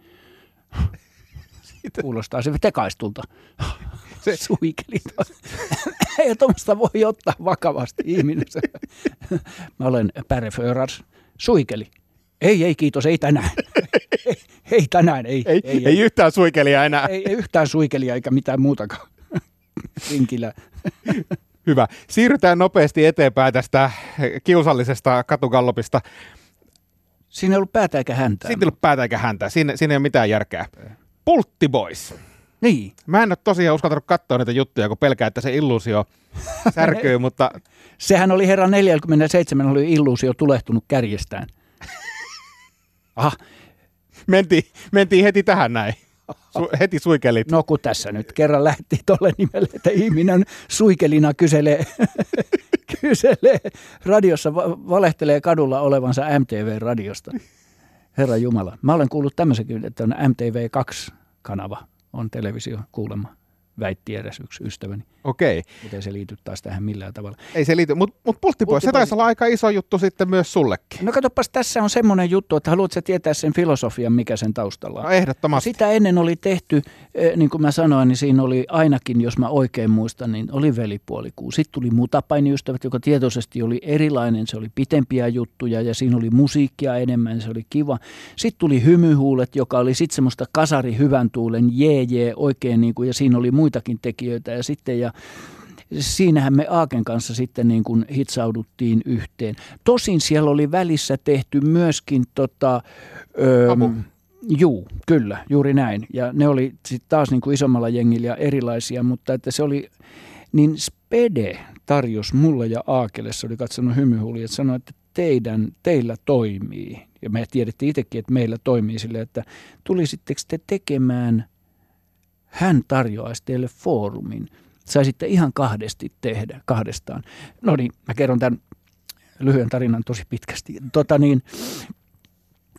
Kuulostaa se tekaistulta. Se Suikeli. Ei tuommoista voi ottaa vakavasti ihminen. Mä olen Päreföras Suikeli. Ei, ei kiitos, ei tänään. Ei, ei tänään, ei. Ei, ei, ei, ei yhtään suikelia enää. Ei, ei yhtään suikelia eikä mitään muutakaan. Rinkillä. Hyvä. Siirrytään nopeasti eteenpäin tästä kiusallisesta katugallopista. Siinä ei ollut päätä eikä häntää. Siinä ei ollut päätä eikä häntää. Siinä, siinä ei ole mitään järkeä. Pultti Boys. Niin. Mä en ole tosiaan uskaltanut katsoa näitä juttuja, kun pelkää, että se illuusio särkyy, mutta... Sehän oli herran neljäkymmentäseitsemän, oli illuusio tulehtunut kärjestään. Aha. Mentiin, mentiin heti tähän näin. Su, heti suikelit. No kun tässä nyt kerran lähti tolle nimelle, että ihminen suikelina kyselee, kyselee radiossa, valehtelee kadulla olevansa M T V-radiosta. Herra Jumala. Mä olen kuullut tämmöisenkin, että on M T V kaksi kanava on televisio kuulemma. Väitti edes yksi ystäväni. Okei. Miten se liity taas tähän millään tavalla. Ei se liity, mutta mut Pultti Boys, se taisi olla aika iso juttu sitten myös sullekin. No katsopas, tässä on semmoinen juttu, että haluatko sä tietää sen filosofian, mikä sen taustalla on? No ehdottomasti. Sitä ennen oli tehty, niin kuin mä sanoin, niin siinä oli ainakin, jos mä oikein muistan, niin oli Velipuolikuu. Sitten tuli Mutapainiystävät, joka tietoisesti oli erilainen, se oli pitempiä juttuja ja siinä oli musiikkia enemmän, se oli kiva. Sitten tuli Hymyhuulet, joka oli sitten semmoista kasari hyvän tuulen, jee jee, oikein niin kuin, ja siinä oli muitakin tekijöitä ja sitten ja siinähän me Aaken kanssa sitten niin kuin hitsauduttiin yhteen. Tosin siellä oli välissä tehty myöskin tota, öö, juu, kyllä, juuri näin. Ja ne oli sitten taas niin kuin isommalla jengillä ja erilaisia, mutta että se oli, niin Spede tarjosi mulle ja Aakelle, se oli katsonut Hymyhuulia, että sanoi, että teidän, teillä toimii. Ja me tiedettiin itsekin, että meillä toimii sille, että tulisitteko te tekemään, hän tarjoaisi teille foorumin. Saisitte ihan kahdesti tehdä, kahdestaan. No niin, mä kerron tämän lyhyen tarinan tosi pitkästi. Tota niin,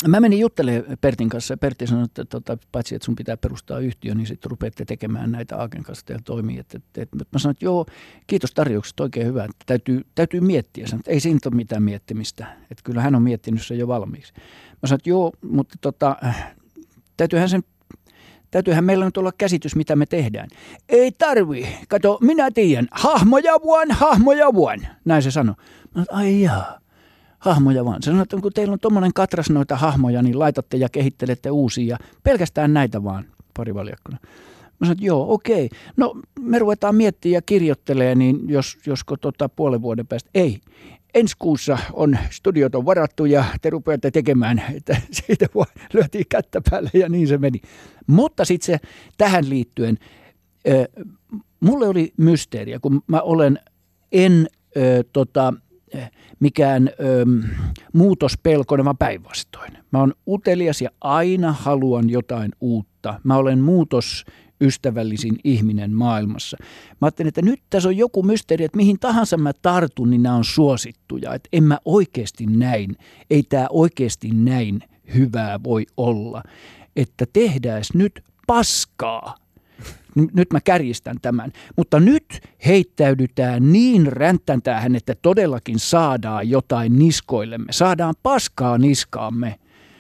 Mä menin juttelemaan Pertin kanssa ja Pertti sanoi, että tota, paitsi että sun pitää perustaa yhtiö, niin sitten rupeatte tekemään näitä Aaken kanssa teillä toimii. Et, et, et, mä sanoin, että joo, kiitos tarjouksesta, oikein hyvä. Että täytyy, täytyy miettiä. Sanoin, että ei siinä ole mitään miettimistä. Että kyllä hän on miettinyt sen jo valmiiksi. Mä sanoin, että joo, mutta tota, täytyyhän sen Täytyyhän meillä nyt olla käsitys, mitä me tehdään. Ei tarvii. Kato, minä tiedän. Hahmoja vuon, hahmoja vuon. Näin se sanoi. Mä sanoin, ai jaa. Hahmoja vaan. Se sanoi, että kun teillä on tommonen katras noita hahmoja, niin laitatte ja kehittelette uusia. Ja pelkästään näitä vaan, parivaljakkona. Mä sanoin, että joo, okei. No me ruvetaan miettimään ja kirjoittelee, niin jos, josko tota puolen vuoden päästä. Ei. Ensi kuussa on studiot on varattu ja te rupeatte tekemään, että siitä vaan lyötiin kättä päälle ja niin se meni. Mutta sitten se tähän liittyen, äh, mulle oli mysteeriä, kun mä olen en äh, tota, mikään ähm, muutospelkoinen, vaan päinvastoin. Mä oon utelias ja aina haluan jotain uutta. Mä olen muutos ystävällisin ihminen maailmassa. Mä ajattelin, että nyt tässä on joku mysteeri, että mihin tahansa mä tartun, niin nämä on suosittuja. Että en mä oikeasti näin, ei tämä oikeasti näin hyvää voi olla. Että tehdään nyt paskaa. Nyt mä kärjistän tämän. Mutta nyt heittäydytään niin ränttäntäähän, että todellakin saadaan jotain niskoillemme. Saadaan paskaa niskaamme.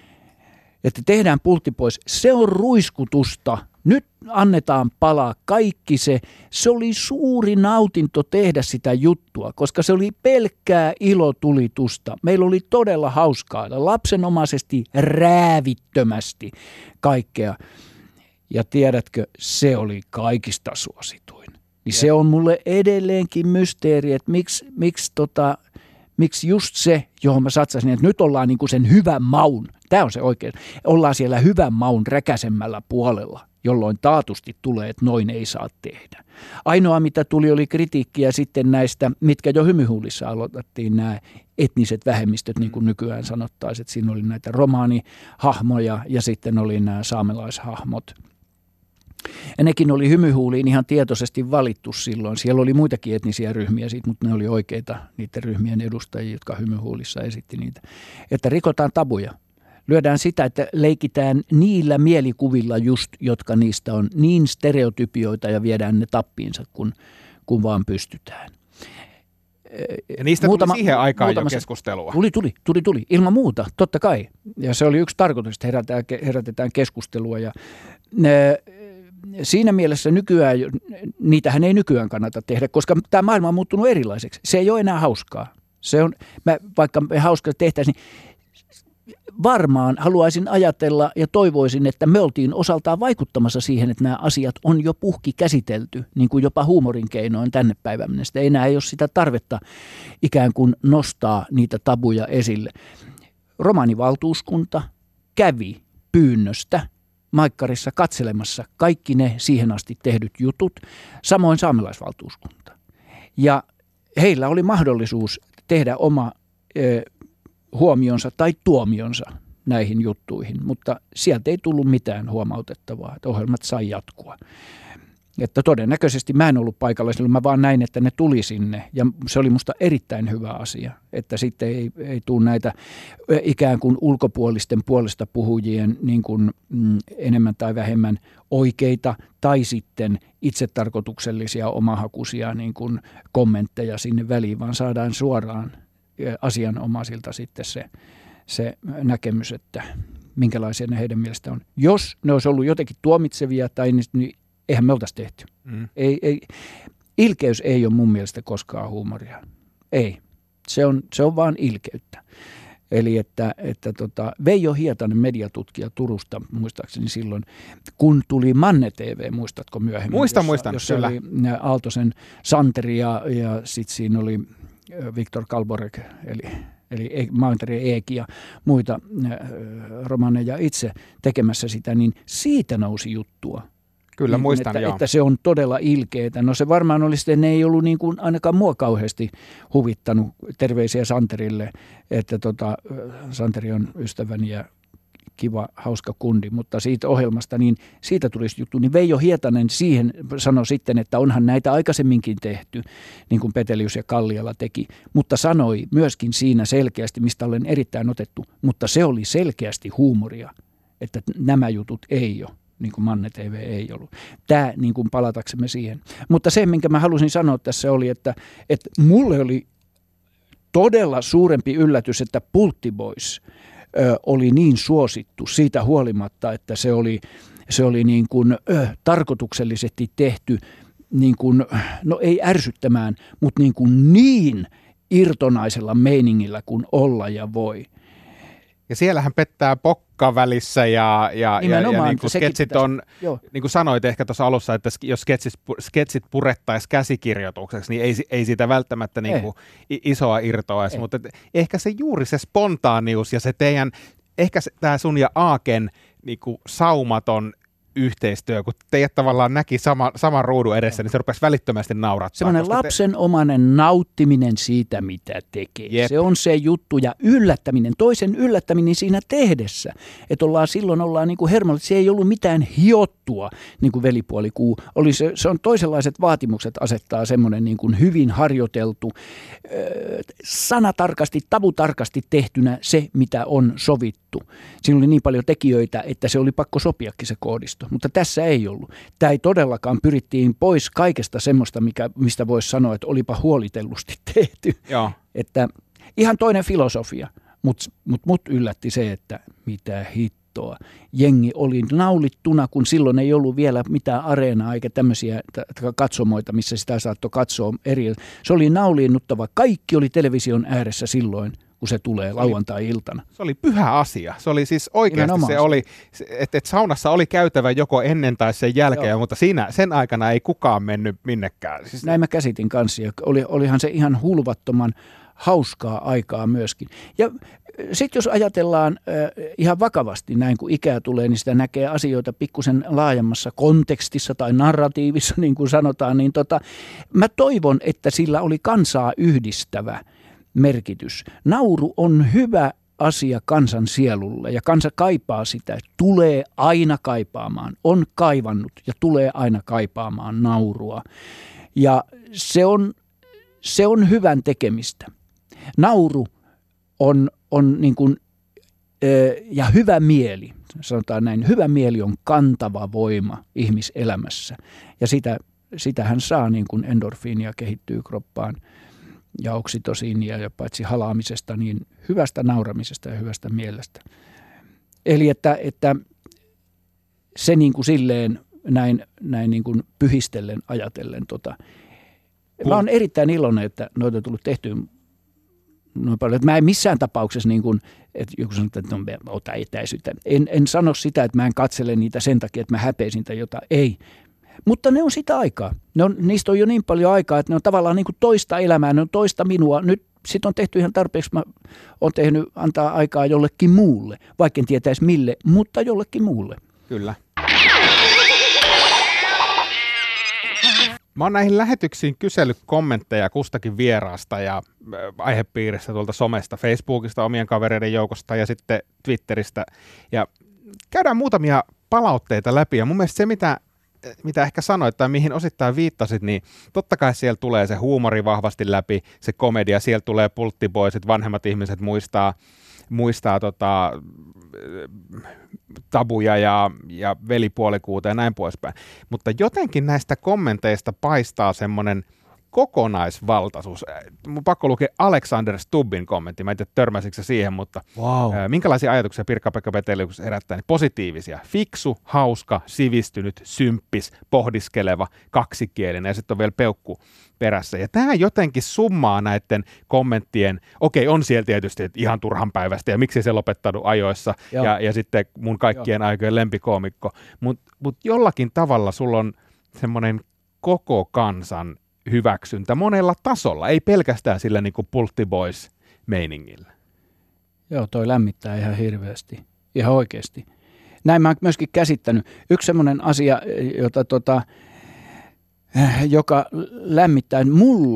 Että tehdään pultti pois. Se on ruiskutusta. Nyt annetaan palaa kaikki se. Se oli suuri nautinto tehdä sitä juttua, koska se oli pelkkää ilotulitusta. Meillä oli todella hauskaa, lapsenomaisesti, räävittömästi kaikkea. Ja tiedätkö, se oli kaikista suosituin. Niin se on mulle edelleenkin mysteeri, että miksi, miksi, tota, miksi just se, johon mä satsasin, että nyt ollaan niinku sen hyvän maun. Tämä on se oikein. Ollaan siellä hyvän maun räkäsemmällä puolella, jolloin taatusti tulee, että noin ei saa tehdä. Ainoa, mitä tuli, oli kritiikkiä sitten näistä, mitkä jo hymyhuulissa aloitettiin, nämä etniset vähemmistöt, niin kuin nykyään sanottaisiin. Että siinä oli näitä romaanihahmoja ja sitten oli nämä saamelaishahmot. Ja nekin oli hymyhuuliin ihan tietoisesti valittu silloin. Siellä oli muitakin etnisiä ryhmiä, siitä, mutta ne oli oikeita niiden ryhmien edustajia, jotka hymyhuulissa esitti niitä. Että rikotaan tabuja. Lyödään sitä, että leikitään niillä mielikuvilla just, jotka niistä on niin stereotypioita ja viedään ne tappiinsa, kun, kun vaan pystytään. Ja niistä muutama, tuli siihen aikaan jo keskustelua. Tuli, tuli, tuli, tuli. Ilman muuta, totta kai. Ja se oli yksi tarkoitus, että herätetään, herätetään keskustelua. Ja ne, siinä mielessä nykyään, niitähän ei nykyään kannata tehdä, koska tämä maailma on muuttunut erilaiseksi. Se ei ole enää hauskaa. Se on, mä, vaikka me hauskaa tehtäisiin, niin varmaan haluaisin ajatella ja toivoisin, että me oltiin osaltaan vaikuttamassa siihen, että nämä asiat on jo puhki käsitelty, niin kuin jopa huumorin keinoin tänne päivään mennessä. Ei enää ei ole sitä tarvetta ikään kuin nostaa niitä tabuja esille. Romanivaltuuskunta kävi pyynnöstä Maikkarissa katselemassa kaikki ne siihen asti tehdyt jutut, samoin saamelaisvaltuuskunta. Ja heillä oli mahdollisuus tehdä oma ö, huomionsa tai tuomionsa näihin juttuihin, mutta sieltä ei tullut mitään huomautettavaa, että ohjelmat sai jatkua. Että todennäköisesti mä en ollut paikalla, sillä mä vaan näin, että ne tuli sinne ja se oli musta erittäin hyvä asia, että sitten ei, ei tule näitä ikään kuin ulkopuolisten puolesta puhujien niin kuin, mm, enemmän tai vähemmän oikeita tai sitten itsetarkoituksellisia omahakuisia niin kuin kommentteja sinne väliin, vaan saadaan suoraan asianomaisilta sitten se, se näkemys, että minkälaisia ne heidän mielestä on. Jos ne olisi ollut jotenkin tuomitsevia, tai niin, niin eihän me oltaisi tehty. Mm. Ei, ei, ilkeys ei ole mun mielestä koskaan huumoria. Ei. Se on, se on vaan ilkeyttä. Eli että, että tota, Veijo Hietanen, mediatutkija Turusta, muistaakseni silloin, kun tuli Manne T V, muistatko myöhemmin? Muistan, muistan, jossa kyllä. Oli Aaltosen Santeri ja, ja sitten siinä oli Viktor Kalborek, eli, eli Manteri Eeki ja muita äh, romaneja itse tekemässä sitä, niin siitä nousi juttua. Kyllä, niin, muistan, että, joo. että se on todella ilkeetä. No se varmaan oli sitten, ne ei ollut niin kuin ainakaan mua kauheasti huvittanut, terveisiä Santerille, että tota, Santeri on ystäväni ja kiva, hauska kundi, mutta siitä ohjelmasta, niin siitä tulisi juttu. Niin Veijo Hietanen siihen sanoi sitten, että onhan näitä aikaisemminkin tehty, niin kuin Petelius ja Kalliala teki, mutta sanoi myöskin siinä selkeästi, mistä olen erittäin otettu, mutta se oli selkeästi huumoria, että nämä jutut ei ole. Niin kuin Manne T V ei ollut. Tämä niin kuin palataksemme siihen. Mutta se, minkä mä halusin sanoa tässä oli, että, että mulle oli todella suurempi yllätys, että Pultti Boys ö, oli niin suosittu siitä huolimatta, että se oli, se oli niin kuin, ö, tarkoituksellisesti tehty, niin kuin, no ei ärsyttämään, mutta niin, kuin niin irtonaisella meiningillä kuin olla ja voi. Ja siellähän pettää pokka välissä ja, ja, ja, ja niin kuin sketsit on, joo. Niin kuin sanoit ehkä tuossa alussa, että jos sketsit, sketsit purettaisiin käsikirjoitukseksi, niin ei, ei siitä välttämättä niin kuin isoa irtoa edes, mutta ehkä se juuri se spontaanius ja se teidän, ehkä se, tämä sun ja Aaken niin kuin saumaton yhteistyö, kun teidät tavallaan näki sama, saman ruudun edessä, niin se rupesi välittömästi naurattaa. Semmoinen lapsenomainen te... nauttiminen siitä, mitä tekee. Jep. Se on se juttu ja yllättäminen, toisen yllättäminen siinä tehdessä. Että ollaan silloin ollaan niin kuin hermolla, se ei ollut mitään hiottua, niin kuin Velipuolikuu. Oli se, se on toisenlaiset vaatimukset asettaa semmoinen niin kuin hyvin harjoiteltu, sanatarkasti, tabutarkasti tehtynä se, mitä on sovittu. Siinä oli niin paljon tekijöitä, että se oli pakko sopiakin se koodisto. Mutta tässä ei ollut. Tämä ei todellakaan, pyrittiin pois kaikesta semmoista, mikä, mistä voisi sanoa, että olipa huolitellusti tehty. Joo. Että ihan toinen filosofia, mutta mut, mut yllätti se, että mitä hittoa. Jengi oli naulittuna, kun silloin ei ollut vielä mitään areenaa eikä tämmöisiä katsomoita, missä sitä saattoi katsoa eri. Se oli nauliinnuttava. Kaikki oli television ääressä silloin, kun se tulee lauantai-iltana. Se oli pyhä asia. Se oli siis oikeasti se oli, että et saunassa oli käytävä joko ennen tai sen jälkeen, Joo. mutta siinä, sen aikana ei kukaan mennyt minnekään. Siis näin mä käsitin kanssa. Oli, olihan se ihan hulvattoman hauskaa aikaa myöskin. Ja sitten jos ajatellaan äh, ihan vakavasti näin, kun ikää tulee, niin sitä näkee asioita pikkusen laajemmassa kontekstissa tai narratiivissa, niin kuin sanotaan, niin tota, mä toivon, että sillä oli kansaa yhdistävä merkitys. Nauru on hyvä asia kansan sielulle ja kansa kaipaa sitä, tulee aina kaipaamaan, on kaivannut ja tulee aina kaipaamaan naurua. Ja se on, se on hyvän tekemistä. Nauru on, on niin kuin, ja hyvä mieli, sanotaan näin, hyvä mieli on kantava voima ihmiselämässä ja sitä, sitähän saa niin kuin endorfiinia kehittyy kroppaan. Ja oksitosiinia ja paitsi halaamisesta, niin hyvästä nauramisesta ja hyvästä mielestä. Eli että, että se niin kuin silleen näin, näin niin kuin pyhistellen ajatellen. Tota. Mä oon erittäin iloinen, että noita on tullut tehtyä noin paljon. Että mä en missään tapauksessa, niin kuin, että joku sanoo, että no, ota etäisyyttä. En, en sano sitä, että mä en katsele niitä sen takia, että mä häpeisin tai jotain. Ei. Mutta ne on sitä aikaa. Ne on, niistä on jo niin paljon aikaa, että ne on tavallaan niin kuin toista elämää, ne on toista minua. Nyt sit on tehty ihan tarpeeksi, mä oon tehnyt antaa aikaa jollekin muulle, vaikka en tietäisi mille, mutta jollekin muulle. Kyllä. Mä oon näihin lähetyksiin kysellyt kommentteja kustakin vieraasta ja aihepiiristä tuolta somesta, Facebookista, omien kavereiden joukosta ja sitten Twitteristä. Ja käydään muutamia palautteita läpi ja mun mielestä se, mitä mitä ehkä sanoit tai mihin osittain viittasit, niin totta kai siellä tulee se huumori vahvasti läpi, se komedia, siellä tulee pulttiboisit, vanhemmat ihmiset muistaa, muistaa tota, tabuja ja, ja velipuolikuuta ja näin poispäin. Mutta jotenkin näistä kommenteista paistaa semmoinen kokonaisvaltaisuus. Mun pakko lukea Alexander Stubbin kommentti. Mä en tiedä, törmäisikö se siihen, mutta wow. ää, minkälaisia ajatuksia Pirkka-Pekka Petelius herättää? Niin positiivisia. Fiksu, hauska, sivistynyt, symppis, pohdiskeleva, kaksikielinen ja sitten on vielä peukku perässä. Ja tämä jotenkin summaa näiden kommenttien, okei, on siellä tietysti että ihan turhan päivästä ja miksi se lopettanut ajoissa ja, ja sitten mun kaikkien Joo. aikojen lempikoomikko. Mutta mut jollakin tavalla sulla on semmoinen koko kansan hyväksyntä monella tasolla, ei pelkästään sillä niin kuin Pultti Boys-meiningillä. Joo, toi lämmittää ihan hirveästi, ihan oikeasti. Näin mä oon myöskin käsittänyt. Yksi semmoinen asia, jota, tota, joka lämmittää mulle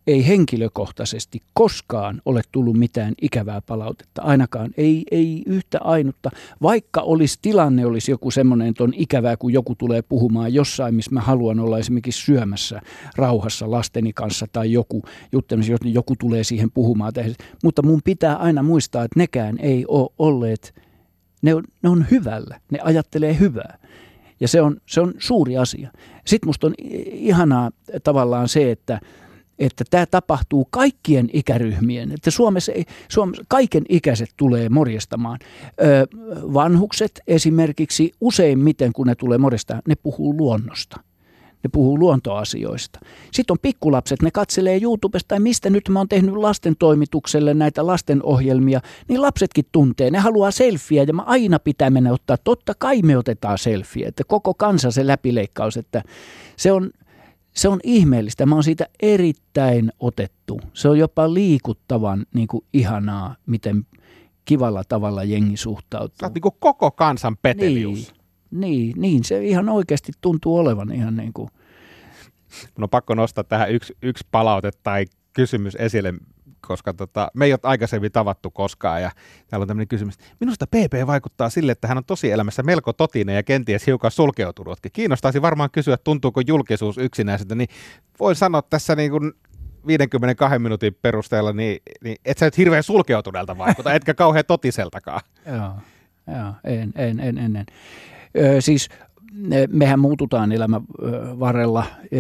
ei henkilökohtaisesti koskaan ole tullut mitään ikävää palautetta, ainakaan ei, ei yhtä ainutta, vaikka olisi tilanne olisi joku semmoinen, että on ikävää, kun joku tulee puhumaan jossain, missä mä haluan olla esimerkiksi syömässä rauhassa lasteni kanssa tai joku juttelemassa, jos joku tulee siihen puhumaan. Mutta mun pitää aina muistaa, että nekään ei ole olleet, ne on, ne on hyvällä, ne ajattelee hyvää. Ja se on, se on suuri asia. Sitten musta on ihanaa tavallaan se, että että tämä tapahtuu kaikkien ikäryhmien, että Suomessa, Suomessa kaiken ikäiset tulee morjestamaan. Ö, vanhukset esimerkiksi useimmiten, kun ne tulee morjestamaan, ne puhuu luonnosta. Ne puhuu luontoasioista. Sitten on pikkulapset, ne katselee YouTubesta tai mistä nyt mä oon tehnyt lasten toimitukselle näitä lastenohjelmia, niin lapsetkin tuntee, ne haluaa selfieä ja mä aina pitää mennä ottaa. Totta kai me otetaan selfieä, että koko kansa se läpileikkaus, että se on, se on ihmeellistä. Mä oon siitä erittäin otettu. Se on jopa liikuttavan niin kuin ihanaa, miten kivalla tavalla jengi suhtautuu. Sä oot niin kuin koko kansan Petelius. Niin. Niin, niin, se ihan oikeasti tuntuu olevan ihan niin kuin. Mun on pakko nostaa tähän yksi, yksi palaute tai kysymys esille, koska tota, me ei ole aikaisemmin tavattu koskaan ja täällä on tämmöinen kysymys. Minusta P P vaikuttaa sille, että hän on tosielämässä melko totinen ja kenties hiukan sulkeutunutkin. Kiinnostaisi varmaan kysyä, tuntuuko julkisuus yksinäiseltä, niin voin sanoa tässä niin kuin viidenkymmenenkahden minuutin perusteella, niin, niin et sä nyt hirveän sulkeutuneelta vaikuta, etkä kauhean totiseltakaan. Joo, joo, en, en, en, en. en. Ö, siis mehän muututaan elämän varrella.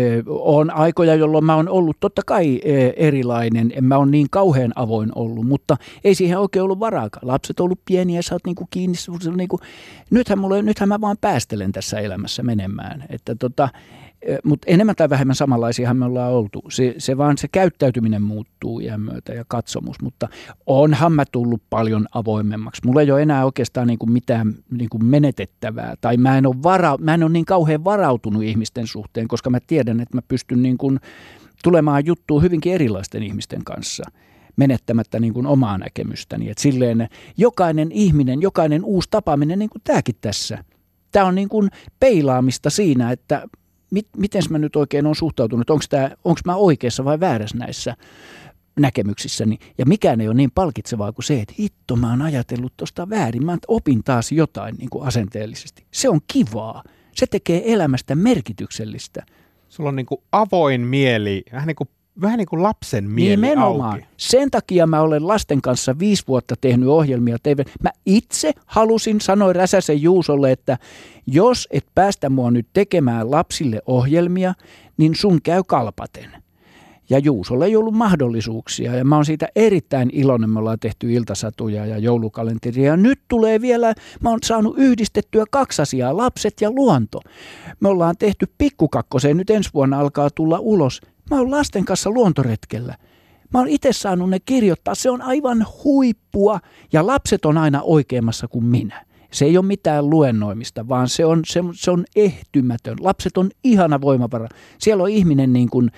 On aikoja, jolloin mä oon ollut totta kai erilainen. En mä ole niin kauhean avoin ollut, mutta ei siihen oikein ollut varaakaan. Lapset on ollut pieniä ja sä oot niinku kiinni. Niinku, nythän, mulle, nythän mä vaan päästelen tässä elämässä menemään. Että tota, mutta enemmän tai vähemmän samanlaisiahan me ollaan oltu. Se, se vaan se käyttäytyminen muuttuu iän myötä ja katsomus, mutta onhan mä tullut paljon avoimemmaksi. Mulla ei ole enää oikeastaan niinku mitään niinku menetettävää, tai mä en, ole vara, mä en ole niin kauhean varautunut ihmisten suhteen, koska mä tiedän, että mä pystyn niinku tulemaan juttuun hyvinkin erilaisten ihmisten kanssa, menettämättä niin kuin omaa näkemystäni. Et silleen jokainen ihminen, jokainen uusi tapaaminen, niin kuin tämäkin tässä, tämä on niin kuin peilaamista siinä, että miten mä nyt oikein on suhtautunut, onko onko mä oikeassa vai väärässä näissä näkemyksissäni. Ja mikään ei ole niin palkitsevaa kuin se, että hitto mä oon ajatellut tuosta väärin, mä opin taas jotain niin kuin asenteellisesti. Se on kivaa, se tekee elämästä merkityksellistä. Sulla on niin kuin avoin mieli, vähän niin kuin Vähän niin kuin lapsen mieli Nimenomaan. Auki. Sen takia mä olen lasten kanssa viisi vuotta tehnyt ohjelmia T V. Mä itse halusin, sanoin Räsäsen Juusolle, että jos et päästä mua nyt tekemään lapsille ohjelmia, niin sun käy kalpaten. Ja Juusolle ei ollut mahdollisuuksia ja mä oon siitä erittäin iloinen. Me ollaan tehty iltasatuja ja joulukalenteria. Ja nyt tulee vielä, mä oon saanut yhdistettyä kaksi asiaa, lapset ja luonto. Me ollaan tehty Pikkukakkoseen, nyt ensi vuonna alkaa tulla ulos. Mä oon lasten kanssa luontoretkellä. Mä oon itse saanut ne kirjoittaa. Se on aivan huippua ja lapset on aina oikeammassa kuin minä. Se ei ole mitään luennoimista, vaan se on, se, se on ehtymätön. Lapset on ihana voimavara. Siellä on ihminen niin kuin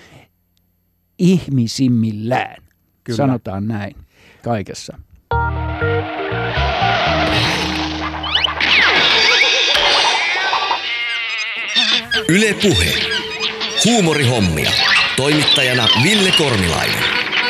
ihmisimmillään. Kyllä. Sanotaan näin kaikessa. Yle Puhe. Huumorihommia. Toimittajana Ville Kornilainen.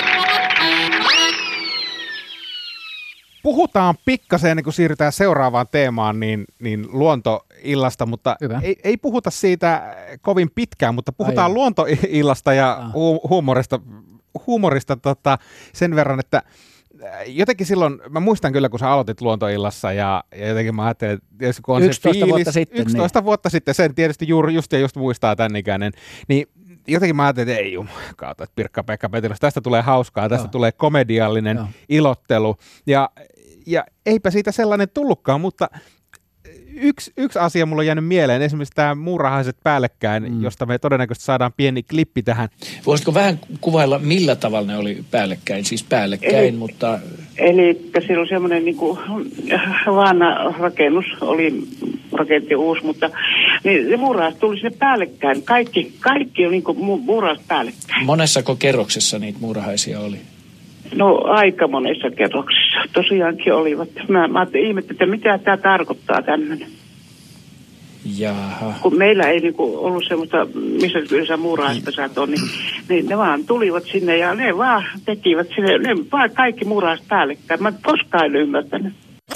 Puhutaan pikkasen, ennen kuin siirrytään seuraavaan teemaan, niin, niin luontoillasta, mutta ei, ei puhuta siitä kovin pitkään, mutta puhutaan Ai luontoillasta ja hu- huumorista, huumorista tota, sen verran, että jotenkin silloin, mä muistan kyllä, kun sä aloitit luontoillassa ja, ja jotenkin mä ajattelin, että kun on yksitoista se fiilis, vuotta sitten, yksitoista niin. vuotta sitten, sen tietysti juuri just ja just muistaa tämän ikäinen, niin jotenkin mä ajattelin, että ei jumakauta, että Pirkka-Pekka Petelius, tästä tulee hauskaa, tästä Joo. tulee komediallinen Joo. ilottelu ja, ja eipä siitä sellainen tullutkaan, mutta yksi, yksi asia mulla on jäänyt mieleen, esimerkiksi tämä muurahaiset päällekkäin, mm. josta me todennäköisesti saadaan pieni klippi tähän. Voisitko vähän kuvailla, millä tavalla ne oli päällekkäin, siis päällekkäin, eli, mutta... Eli siellä on semmoinen niin kuin vanha rakennus, oli rakentti uusi, mutta niin, ne muurahaiset tuli sinne päällekkäin, kaikki, kaikki on niin kuin muurahaiset päällekkäin. Monessako kerroksessa niitä muurahaisia oli? No aika monessa kerroksessa tosiaankin olivat. Mä, mä ihmettelin, että mitä tämä tarkoittaa tämmöinen. Jaha. Kun meillä ei niinku ollut semmoista, missä kyllä muuraista saat on, niin, niin ne vaan tulivat sinne ja ne vaan tekivät sinne, ne vaan kaikki muuraista päällekkäin. Mä koskaan en ymmärtänyt.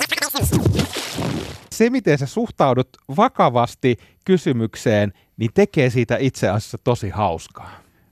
Se, miten sä suhtaudut vakavasti kysymykseen, niin tekee siitä itse asiassa tosi hauskaa.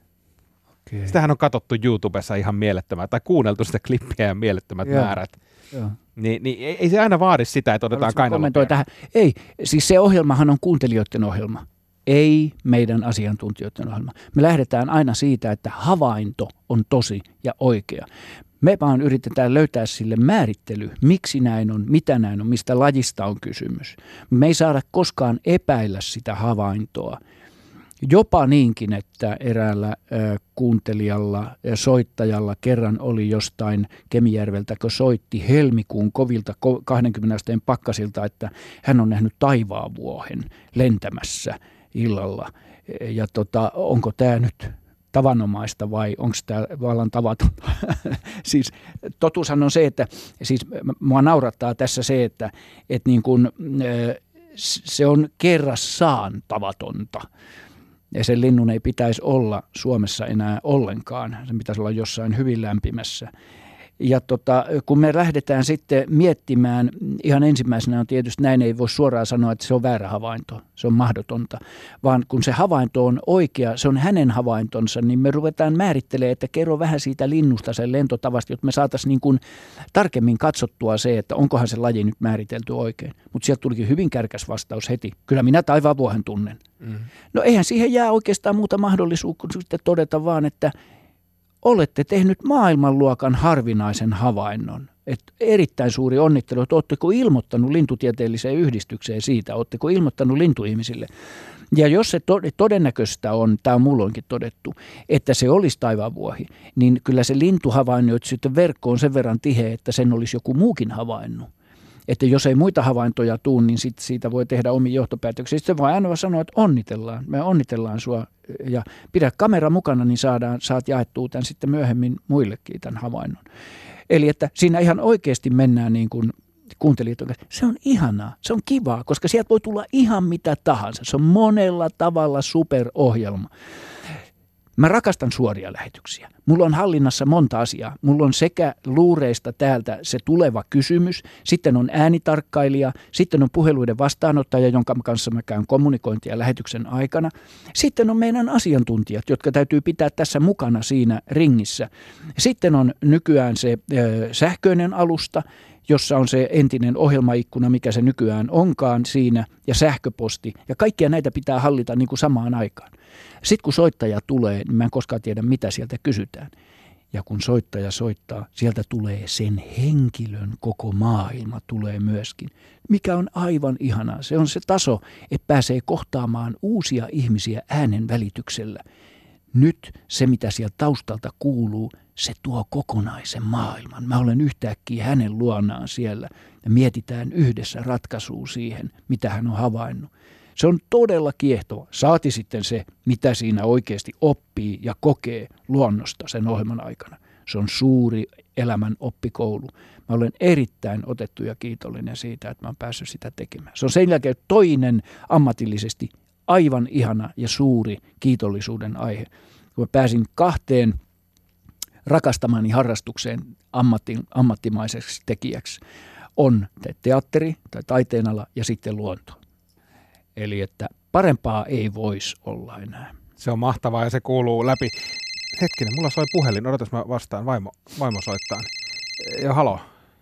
Okay. Sitähän on katsottu YouTubessa ihan mielettömät, tai kuunneltu sitä klippiä ja mielettömät Joo. määrät. Joo. Niin, niin ei, ei se aina vaadi sitä, että otetaan kainalopea. tähän. Ei, siis se ohjelmahan on kuuntelijoiden ohjelma, ei meidän asiantuntijoiden ohjelma. Me lähdetään aina siitä, että havainto on tosi ja oikea. Me vaan yritetään löytää sille määrittely, miksi näin on, mitä näin on, mistä lajista on kysymys. Me ei saada koskaan epäillä sitä havaintoa. Jopa niinkin, että eräällä äh, kuuntelijalla ja soittajalla kerran oli jostain Kemijärveltä, kun soitti helmikuun kovilta kaksikymmentä asteen pakkasilta, että hän on nähnyt taivaanvuohen lentämässä illalla. Ja tota, onko tämä nyt tavanomaista vai onko tämä vallan tavatonta? Siis totuushan on se, että siis mua naurattaa tässä se, että, että niin kun, äh, se on kerrassaan tavatonta. Ja sen linnun ei pitäisi olla Suomessa enää ollenkaan. Se pitäisi olla jossain hyvin lämpimässä. Ja tota, kun me lähdetään sitten miettimään, ihan ensimmäisenä on tietysti näin, ei voi suoraan sanoa, että se on väärä havainto. Se on mahdotonta. Vaan kun se havainto on oikea, se on hänen havaintonsa, niin me ruvetaan määrittelemään, että kerro vähän siitä linnusta, sen lentotavasta, jotta me saataisiin niin kuin tarkemmin katsottua se, että onkohan se laji nyt määritelty oikein. Mutta sieltä tulikin hyvin kärkäs vastaus heti. Kyllä minä taivaanvuohen tunnen. Mm. No eihän siihen jää oikeastaan muuta mahdollisuutta kuin sitten todeta vaan, että olette tehnyt maailmanluokan harvinaisen havainnon. Että erittäin suuri onnittelu, että oletteko ilmoittanut lintutieteelliseen yhdistykseen siitä, oletteko ilmoittanut lintuihmisille. Ja jos se todennäköistä on, tämä on mulloinkin todettu, että se olisi taivaanvuohi, niin kyllä se lintuhavainnoit sitten verkko on sen verran tiheä, että sen olisi joku muukin havainnut. Että jos ei muita havaintoja tule, niin sit siitä voi tehdä omia johtopäätöksiä. Sitten voi aina sanoa, että onnitellaan. Me onnitellaan sua ja pidä kamera mukana, niin saadaan, saat jaettua tämän sitten myöhemmin muillekin tämän havainnon. Eli että siinä ihan oikeasti mennään niin kuin kuuntelijoiden kanssa. Se on ihanaa, se on kivaa, koska sieltä voi tulla ihan mitä tahansa. Se on monella tavalla superohjelma. Mä rakastan suoria lähetyksiä. Mulla on hallinnassa monta asiaa. Mulla on sekä luureista täältä se tuleva kysymys, sitten on äänitarkkailija, sitten on puheluiden vastaanottaja, jonka kanssa mä käyn kommunikointia lähetyksen aikana. Sitten on meidän asiantuntijat, jotka täytyy pitää tässä mukana siinä ringissä. Sitten on nykyään se ö, sähköinen alusta, jossa on se entinen ohjelmaikkuna, mikä se nykyään onkaan siinä, ja sähköposti. Ja kaikkia näitä pitää hallita niin kuin samaan aikaan. Sitten kun soittaja tulee, niin mä en koskaan tiedä, mitä sieltä kysytään. Ja kun soittaja soittaa, sieltä tulee sen henkilön koko maailma tulee myöskin, mikä on aivan ihanaa. Se on se taso, että pääsee kohtaamaan uusia ihmisiä äänen välityksellä. Nyt se, mitä sieltä taustalta kuuluu, se tuo kokonaisen maailman. Mä olen yhtäkkiä hänen luonaan siellä ja mietitään yhdessä ratkaisua siihen, mitä hän on havainnut. Se on todella kiehtova. Saati sitten se, mitä siinä oikeasti oppii ja kokee luonnosta sen ohjelman aikana. Se on suuri elämän oppikoulu. Mä olen erittäin otettu ja kiitollinen siitä, että mä oon päässyt sitä tekemään. Se on sen jälkeen toinen ammatillisesti aivan ihana ja suuri kiitollisuuden aihe. Kun mä pääsin kahteen rakastamani harrastukseen ammattin, ammattimaiseksi tekijäksi, on teatteri tai taiteenala ja sitten luonto. Eli että parempaa ei voisi olla enää. Se on mahtavaa ja se kuuluu läpi. Hetkinen, mulla soi puhelin. Odotas, mä vastaan. Vaimo, vaimo soittaa. Joo, halo.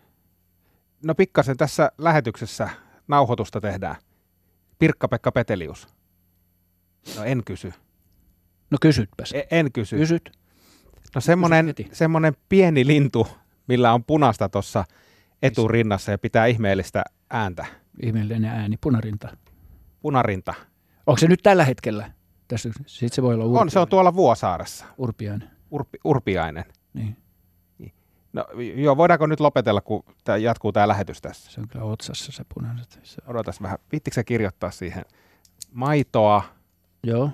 No pikkasen tässä lähetyksessä nauhoitusta tehdään. Pirkka-Pekka Petelius. No en kysy. No kysytpäs. En, en kysy. Kysyt. No semmonen, semmonen pieni lintu, millä on punaista tuossa eturinnassa ja pitää ihmeellistä ääntä. Ihmeellinen ääni, punarinta. Punarinta. Onko se nyt tällä hetkellä? Tässä, sit se voi olla Urpiainen. On, se on tuolla Vuosaaressa. Urpiainen. Urpi, Urpiainen. Niin. No joo, voidaanko nyt lopetella, kun tää jatkuu tämä lähetys tässä? Se on kyllä otsassa se punainen. Se odotas vähän. Viittikö sä kirjoittaa siihen maitoa? Joo.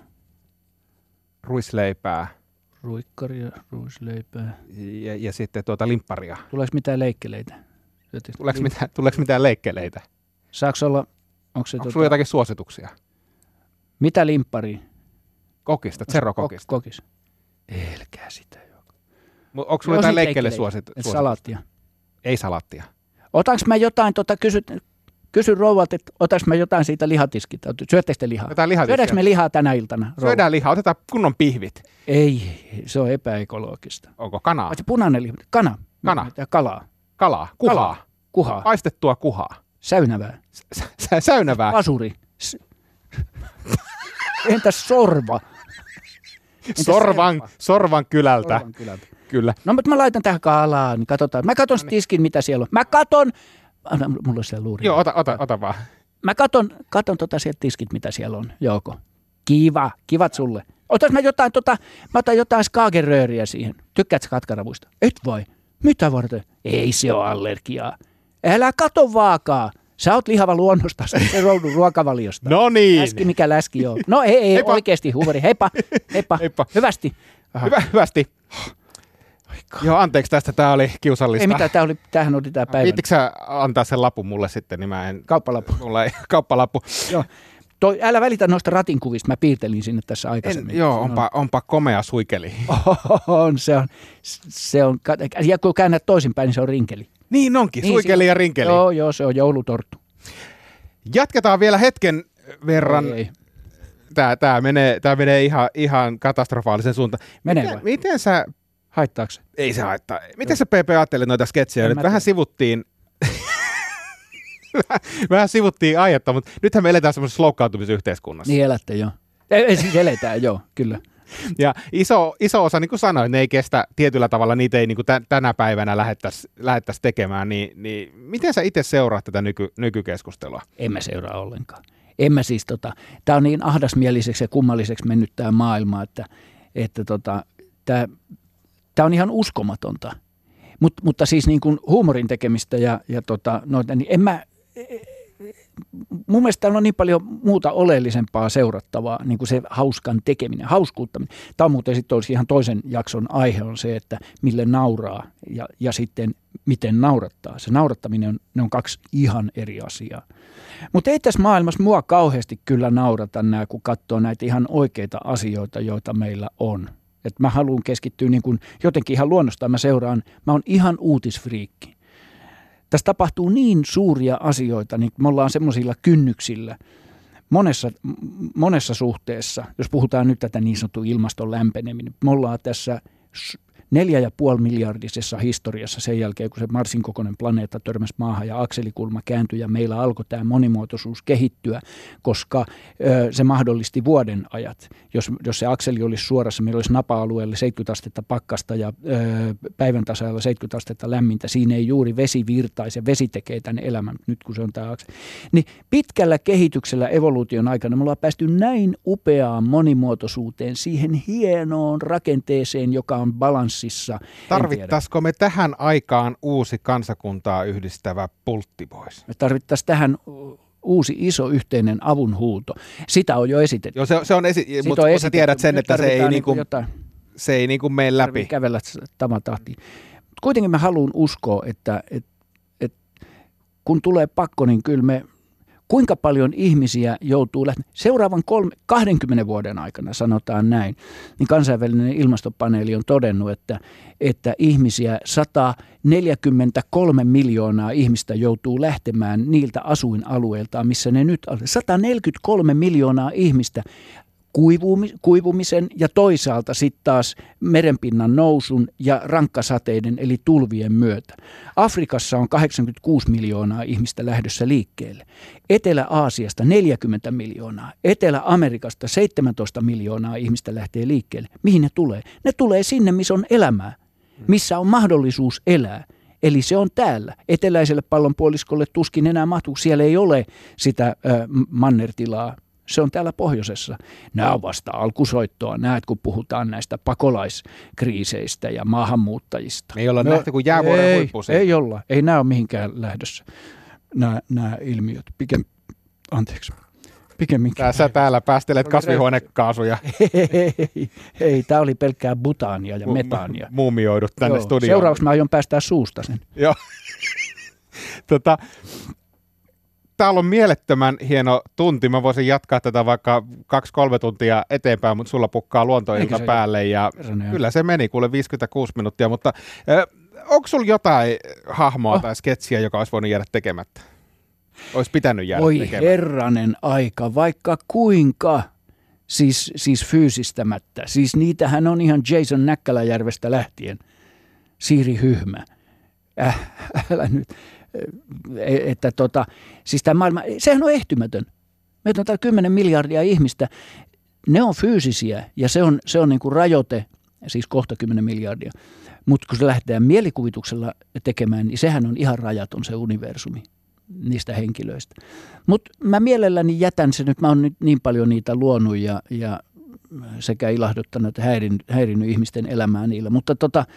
Ruisleipää. Ruikkaria, ruisleipää. Ja, ja sitten tuota limpparia. Tuleeko mitään leikkeleitä? Tuleeko mitään, tuleeko mitään leikkeleitä? Saako olla Onko se Onko tota, sulla jotakin suosituksia? mitä limppari? Kokista, Zero kokista. Kokis. Elkää sitä jo. Onko sulla jotain leikkeelle suosituksia? Salaattia. Ei salaattia. Otaks mä jotain, tota, kysy, kysy rouvalta, että otaks mä jotain siitä lihatiskiltä. Syöttekö te lihaa? Jotain lihatiskiltä. Syödäänkö me lihaa tänä iltana? Rouva? Syödään lihaa, otetaan kunnon pihvit. Ei, se on epäekologista. Onko kanaa? Se punainen liha. Kana. Kana. Ja kalaa. Kalaa. Kuhaa. Kalaa. Kuhaa. Paistettua kuhaa. Säynävää. Sä, säynävää. Pasuri. S- Entäs sorva? Entäs Sorvan, herpa? sorvan kylältä. Sorvan kylältä. Kyllä. No, mutta mä laitan tähän kalaan, niin katsotaan. Mä katon no, tiskin, mitä siellä on. Mä katon, anna, mulla on siellä luuri. Joo, ota, ota, ota vaan. Mä katon, katon tota sieltä tiskit, mitä siellä on, Jouko. Kiva, kivat sulle. Otas mä jotain, tota, mä otan jotain skaagerööriä siihen. Tykkäätkö katkaravuista? Et vai? Mitä varten? Ei se ole allergiaa. Älä kato vaakaa. Sä oot lihava luonnosta, sä et roudun ruokavaliosta. No niin. Läski mikä läski joo. No ei, ei Heippa. oikeesti huumori. Heippa, heippa, Heippa. hyvästi. Hyvä, hyvästi. Joo, anteeksi tästä, tää oli kiusallista. Ei mitään, tää oli, tämähän oli tää päivä. Viittikö sä antaa sen lapun mulle sitten, niin mä en... Kauppalappu. Mulla ei, kauppalappu. Joo. Toi, älä välitä noista ratinkuvista, mä piirtelin sinne tässä aikaisemmin. En, joo, onpa, onpa komea suikeli. On, se on, se on, ja kun käännät toisinpäin, niin se on rinkeli. Niin onkin, Niin, suikeli si- ja rinkeli. Joo, joo, se on joulutorttu. Jatketaan vielä hetken verran. Ei, ei. Tää, tää menee, tää menee ihan, ihan katastrofaalisen suuntaan. Menee miten, vai? miten sä... Haittaako se? Ei se haittaa. Miten sä P P ajattelet noita sketsejä? En Nyt mä vähän tiedä. sivuttiin... vähän sivuttiin aihetta, mutta nythän me eletään semmoisessa loukkaantumisyhteiskunnassa. Niin elätte, joo. Ei, ei siis eletään, joo, kyllä. Ja iso, iso osa, niin kuin sanoin, ne ei kestä tietyllä tavalla, niitä ei niin kuin tä- tänä päivänä lähettäisi lähettäisi tekemään. Niin, niin miten sä itse seuraat tätä nyky, nykykeskustelua? En mä seuraa ollenkaan. En mä siis tota, tää on niin ahdasmieliseksi ja kummalliseksi mennyt tää maailma, että, että tota, tää, tää on ihan uskomatonta. Mut, mutta siis niin kuin huumorin tekemistä ja, ja tota, noita, niin en mä, mun mielestä täällä on niin paljon muuta oleellisempaa seurattavaa, niin kuin se hauskan tekeminen, hauskuuttaminen. Tämä on muuten sitten olisi ihan toisen jakson aihe on se, että mille nauraa ja, ja sitten miten naurattaa. Se naurattaminen on, ne on kaksi ihan eri asiaa. Mutta ei tässä maailmassa mua kauheasti kyllä naurata nämä, kun katsoo näitä ihan oikeita asioita, joita meillä on. Et mä haluan keskittyä niin kuin jotenkin ihan luonnostaan, mä seuraan, mä oon ihan uutisfriikki. Tässä tapahtuu niin suuria asioita, niin me ollaan semmoisilla kynnyksillä monessa, monessa suhteessa, jos puhutaan nyt tätä niin sanottua ilmaston lämpeneminen. Me ollaan tässä neljä ja puoli miljardisessa historiassa sen jälkeen, kun se Marsin kokoinen planeetta törmäsi maahan ja akselikulma kääntyi ja meillä alkoi tämä monimuotoisuus kehittyä, koska ö, se mahdollisti vuoden ajat. Jos, jos se akseli olisi suorassa, meillä olisi napa-alueella seitsemänkymmentä astetta pakkasta ja ö, päivän tasalla seitsemänkymmentä astetta lämmintä. Siinä ei juuri vesi virtaisi ja vesi tekee tämän elämän, nyt kun se on tämä akseli. Niin pitkällä kehityksellä evoluution aikana me ollaan päästy näin upeaan monimuotoisuuteen, siihen hienoon rakenteeseen, joka on balanssi. Tarvittaisiko me tähän aikaan uusi kansakuntaa yhdistävä pultti pois? Me tarvittaisiin tähän uusi iso yhteinen avunhuuto. Sitä on jo esitetty. Joo, se, se on esi- mutta on kun sä tiedät sen, että se ei, niinku, jotain, se ei niinku mene läpi. kävellä tavan tahtiin. Kuitenkin mä haluan uskoa, että, että, että kun tulee pakko, niin kyllä me kuinka paljon ihmisiä joutuu lähtemään. Seuraavan kolme, kahdenkymmenen vuoden aikana, sanotaan näin, niin kansainvälinen ilmastopaneeli on todennut, että, että ihmisiä sata neljäkymmentäkolme miljoonaa ihmistä joutuu lähtemään niiltä asuinalueilta, missä ne nyt on. sata neljäkymmentäkolme miljoonaa ihmistä kuivumisen ja toisaalta sitten taas merenpinnan nousun ja rankkasateiden eli tulvien myötä. Afrikassa on kahdeksankymmentäkuusi miljoonaa ihmistä lähdössä liikkeelle. Etelä-Aasiasta neljäkymmentä miljoonaa. Etelä-Amerikasta seitsemäntoista miljoonaa ihmistä lähtee liikkeelle. Mihin ne tulee? Ne tulee sinne, missä on elämää, missä on mahdollisuus elää. Eli se on täällä. Eteläiselle pallonpuoliskolle tuskin enää mahtuu. Siellä ei ole sitä ö, mannertilaa. Se on täällä pohjoisessa. Nämä on vasta alkusoittoa. Näet, kun puhutaan näistä pakolaiskriiseistä ja maahanmuuttajista. Me ei olla no, nähty kuin jäävuoren huippu. Ei, ei olla. Ei nämä ole mihinkään lähdössä, nämä, nämä ilmiöt. Pikem, anteeksi. Pikemminkin. Tää, sä täällä päästelet kasvihuonekaasuja. Ei, ei, tämä oli pelkkää butaania ja metaania. Muumioidut tänne Joo, studioon. seuraavaksi mä aion päästää suusta sen. Joo. tota, täällä on mielettömän hieno tunti. Mä voisin jatkaa tätä vaikka kaksi-kolme tuntia eteenpäin, mutta sulla pukkaa luontoilta päälle. Ja kyllä se meni, kuule viisikymmentäkuusi minuuttia. Mutta äh, onko sulla jotain hahmoa oh. tai sketsiä, joka olisi voinut jäädä tekemättä? Olisi pitänyt jäädä Oi tekemättä. herranen aika, vaikka kuinka. Siis, siis fyysistämättä. Siis niitähän on ihan Jason Näkkäläjärvestä lähtien. Siiri Hyhmä. Äh, älä nyt. Että tota, siis tämä maailma, sehän on ehtymätön. Meitä on täällä kymmenen miljardia ihmistä. Ne on fyysisiä ja se on, se on niin kuin rajoite, siis kohta kymmenen miljardia. Mutta kun se lähdetään mielikuvituksella tekemään, niin sehän on ihan rajaton se universumi niistä henkilöistä. Mutta mä mielelläni jätän sen, nyt mä oon nyt niin paljon niitä luonut ja, ja sekä ilahduttanut että häirinnyt, häirinnyt ihmisten elämää niillä. Mutta tota,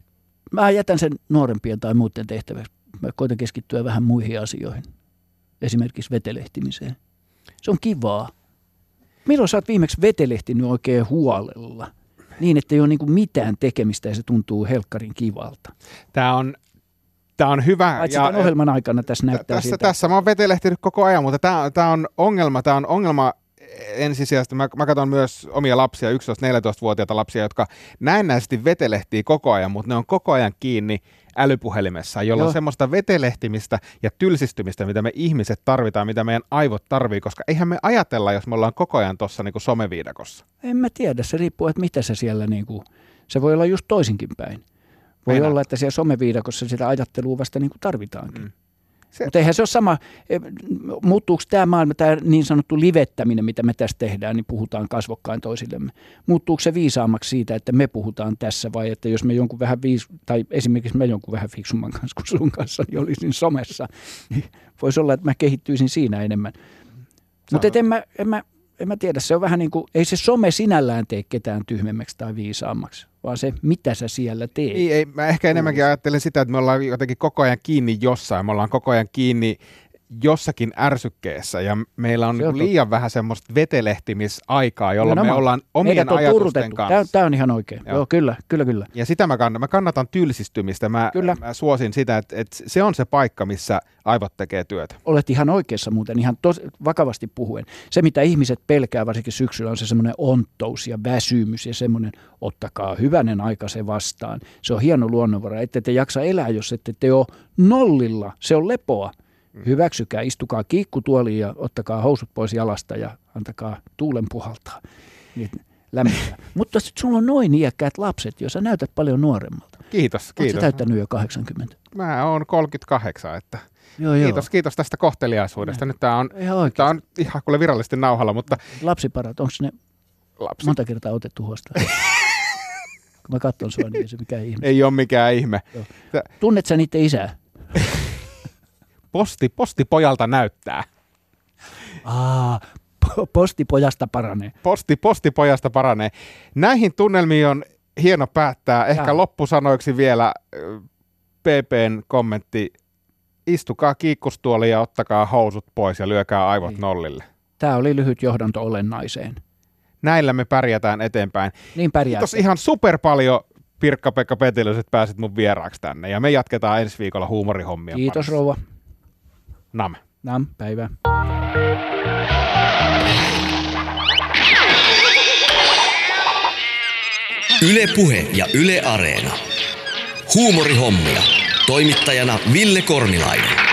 mä jätän sen nuorempien tai muiden tehtäväksi. Mä koitan keskittyä vähän muihin asioihin. Esimerkiksi vetelehtimiseen. Se on kivaa. Milloin sä oot viimeksi vetelehtinyt oikein huolella? Niin, että ei ole niinku mitään tekemistä ja se tuntuu helkkarin kivalta. Tämä on, tää on hyvä. Paitsi ja, tämän ohjelman aikana tässä näyttää tässä, siltä. Tässä mä oon vetelehtinyt koko ajan, mutta tämä, tämä on ongelma. Tämä on ongelma ensisijaisesti. Mä, mä katson myös omia lapsia, yksitoista-neljätoista-vuotiaita lapsia, jotka näennäisesti vetelehtii koko ajan, mutta ne on koko ajan kiinni älypuhelimessa, jolla Joo. on semmoista vetelehtimistä ja tylsistymistä, mitä me ihmiset tarvitaan, mitä meidän aivot tarvii, koska eihän me ajatella, jos me ollaan koko ajan tuossa niin kuin someviidakossa. En mä tiedä, se riippuu, että mitä se siellä, niin kuin, se voi olla just toisinkin päin. Voi Meina. olla, että siellä someviidakossa sitä ajattelua vasta niin kuin tarvitaankin. Mm. Se... Mutta eihän se ole sama, muuttuuko tämä maailma, tämä niin sanottu livettäminen, mitä me tässä tehdään, niin puhutaan kasvokkain toisillemme. Muuttuuko se viisaammaksi siitä, että me puhutaan tässä vai että jos me jonkun vähän viis, tai esimerkiksi mä jonkun vähän fiksumman kanssa kuin sun kanssa, niin olisin somessa, niin voisi olla, että mä kehittyisin siinä enemmän. Mutta en mä, en, mä, en mä tiedä, se on vähän niin kuin, ei se some sinällään tee ketään tyhmemmäksi tai viisaammaksi, vaan se, mitä sä siellä teet. Ei, ei, mä ehkä enemmänkin ajattelen sitä, että me ollaan jotenkin koko ajan kiinni jossain, me ollaan koko ajan kiinni jossakin ärsykkeessä ja meillä on, on liian vähän semmoista vetelehtimiaikaa, jolloin no, me ollaan omien on ajatusten turrutettu. kanssa. Tämä on ihan oikein. Joo. Joo, kyllä, kyllä, kyllä. Ja sitä mä kannatan. Mä kannatan tylsistymistä. Mä, mä suosin sitä, että, että se on se paikka, missä aivot tekee työtä. Olet ihan oikeassa muuten, ihan tos, vakavasti puhuen. Se, mitä ihmiset pelkää, varsinkin syksyllä, on se semmoinen onttous ja väsymys ja semmoinen, ottakaa hyvänen aika se vastaan. Se on hieno luonnonvara, ette te jaksa elää, jos ette te ole nollilla. Se on lepoa. Hyväksykää, istukaa kiikkutuoliin ja ottakaa housut pois jalasta ja antakaa tuulen puhaltaa. Niin lämmintä. Mutta sitten sulla on noin iäkkäät lapset, joissa näytät paljon nuoremmalta. Kiitos, kiitos. Oletko täyttänyt jo kahdeksankymmentä? Mä oon kolmekymmentäkahdeksan, että joo, kiitos, joo. kiitos tästä kohteliaisuudesta. Nyt tää on ihan, tää on ihan kuule virallisesti nauhalla, mutta... Lapsiparat, onko ne Lapsi. monta kertaa otettu huostaan? Kun mä katson sua, niin ei se mikään ihme. Ei ole mikään ihme. Tä... Tunnet sä niiden isää? Posti, postipojalta näyttää. Aa, po- postipojasta paranee. Posti, postipojasta paranee. Näihin tunnelmiin on hieno päättää. Ehkä Jaa. loppusanoiksi vielä P P:n kommentti. Istukaa kiikkustuoliin ja ottakaa housut pois ja lyökää aivot Ei. nollille. Tämä oli lyhyt johdanto olennaiseen. Näillä me pärjätään eteenpäin. Niin pärjäätte. Kiitos ihan super paljon, Pirkka-Pekka Petelius, että pääsit mun vieraaksi tänne. Ja me jatketaan ensi viikolla huumorihommia. Kiitos parissa. Rouva. Nam. Nam, päivä. Yle Puhe ja Yle Areena. Huumorihommia. Toimittajana Ville Kornilainen.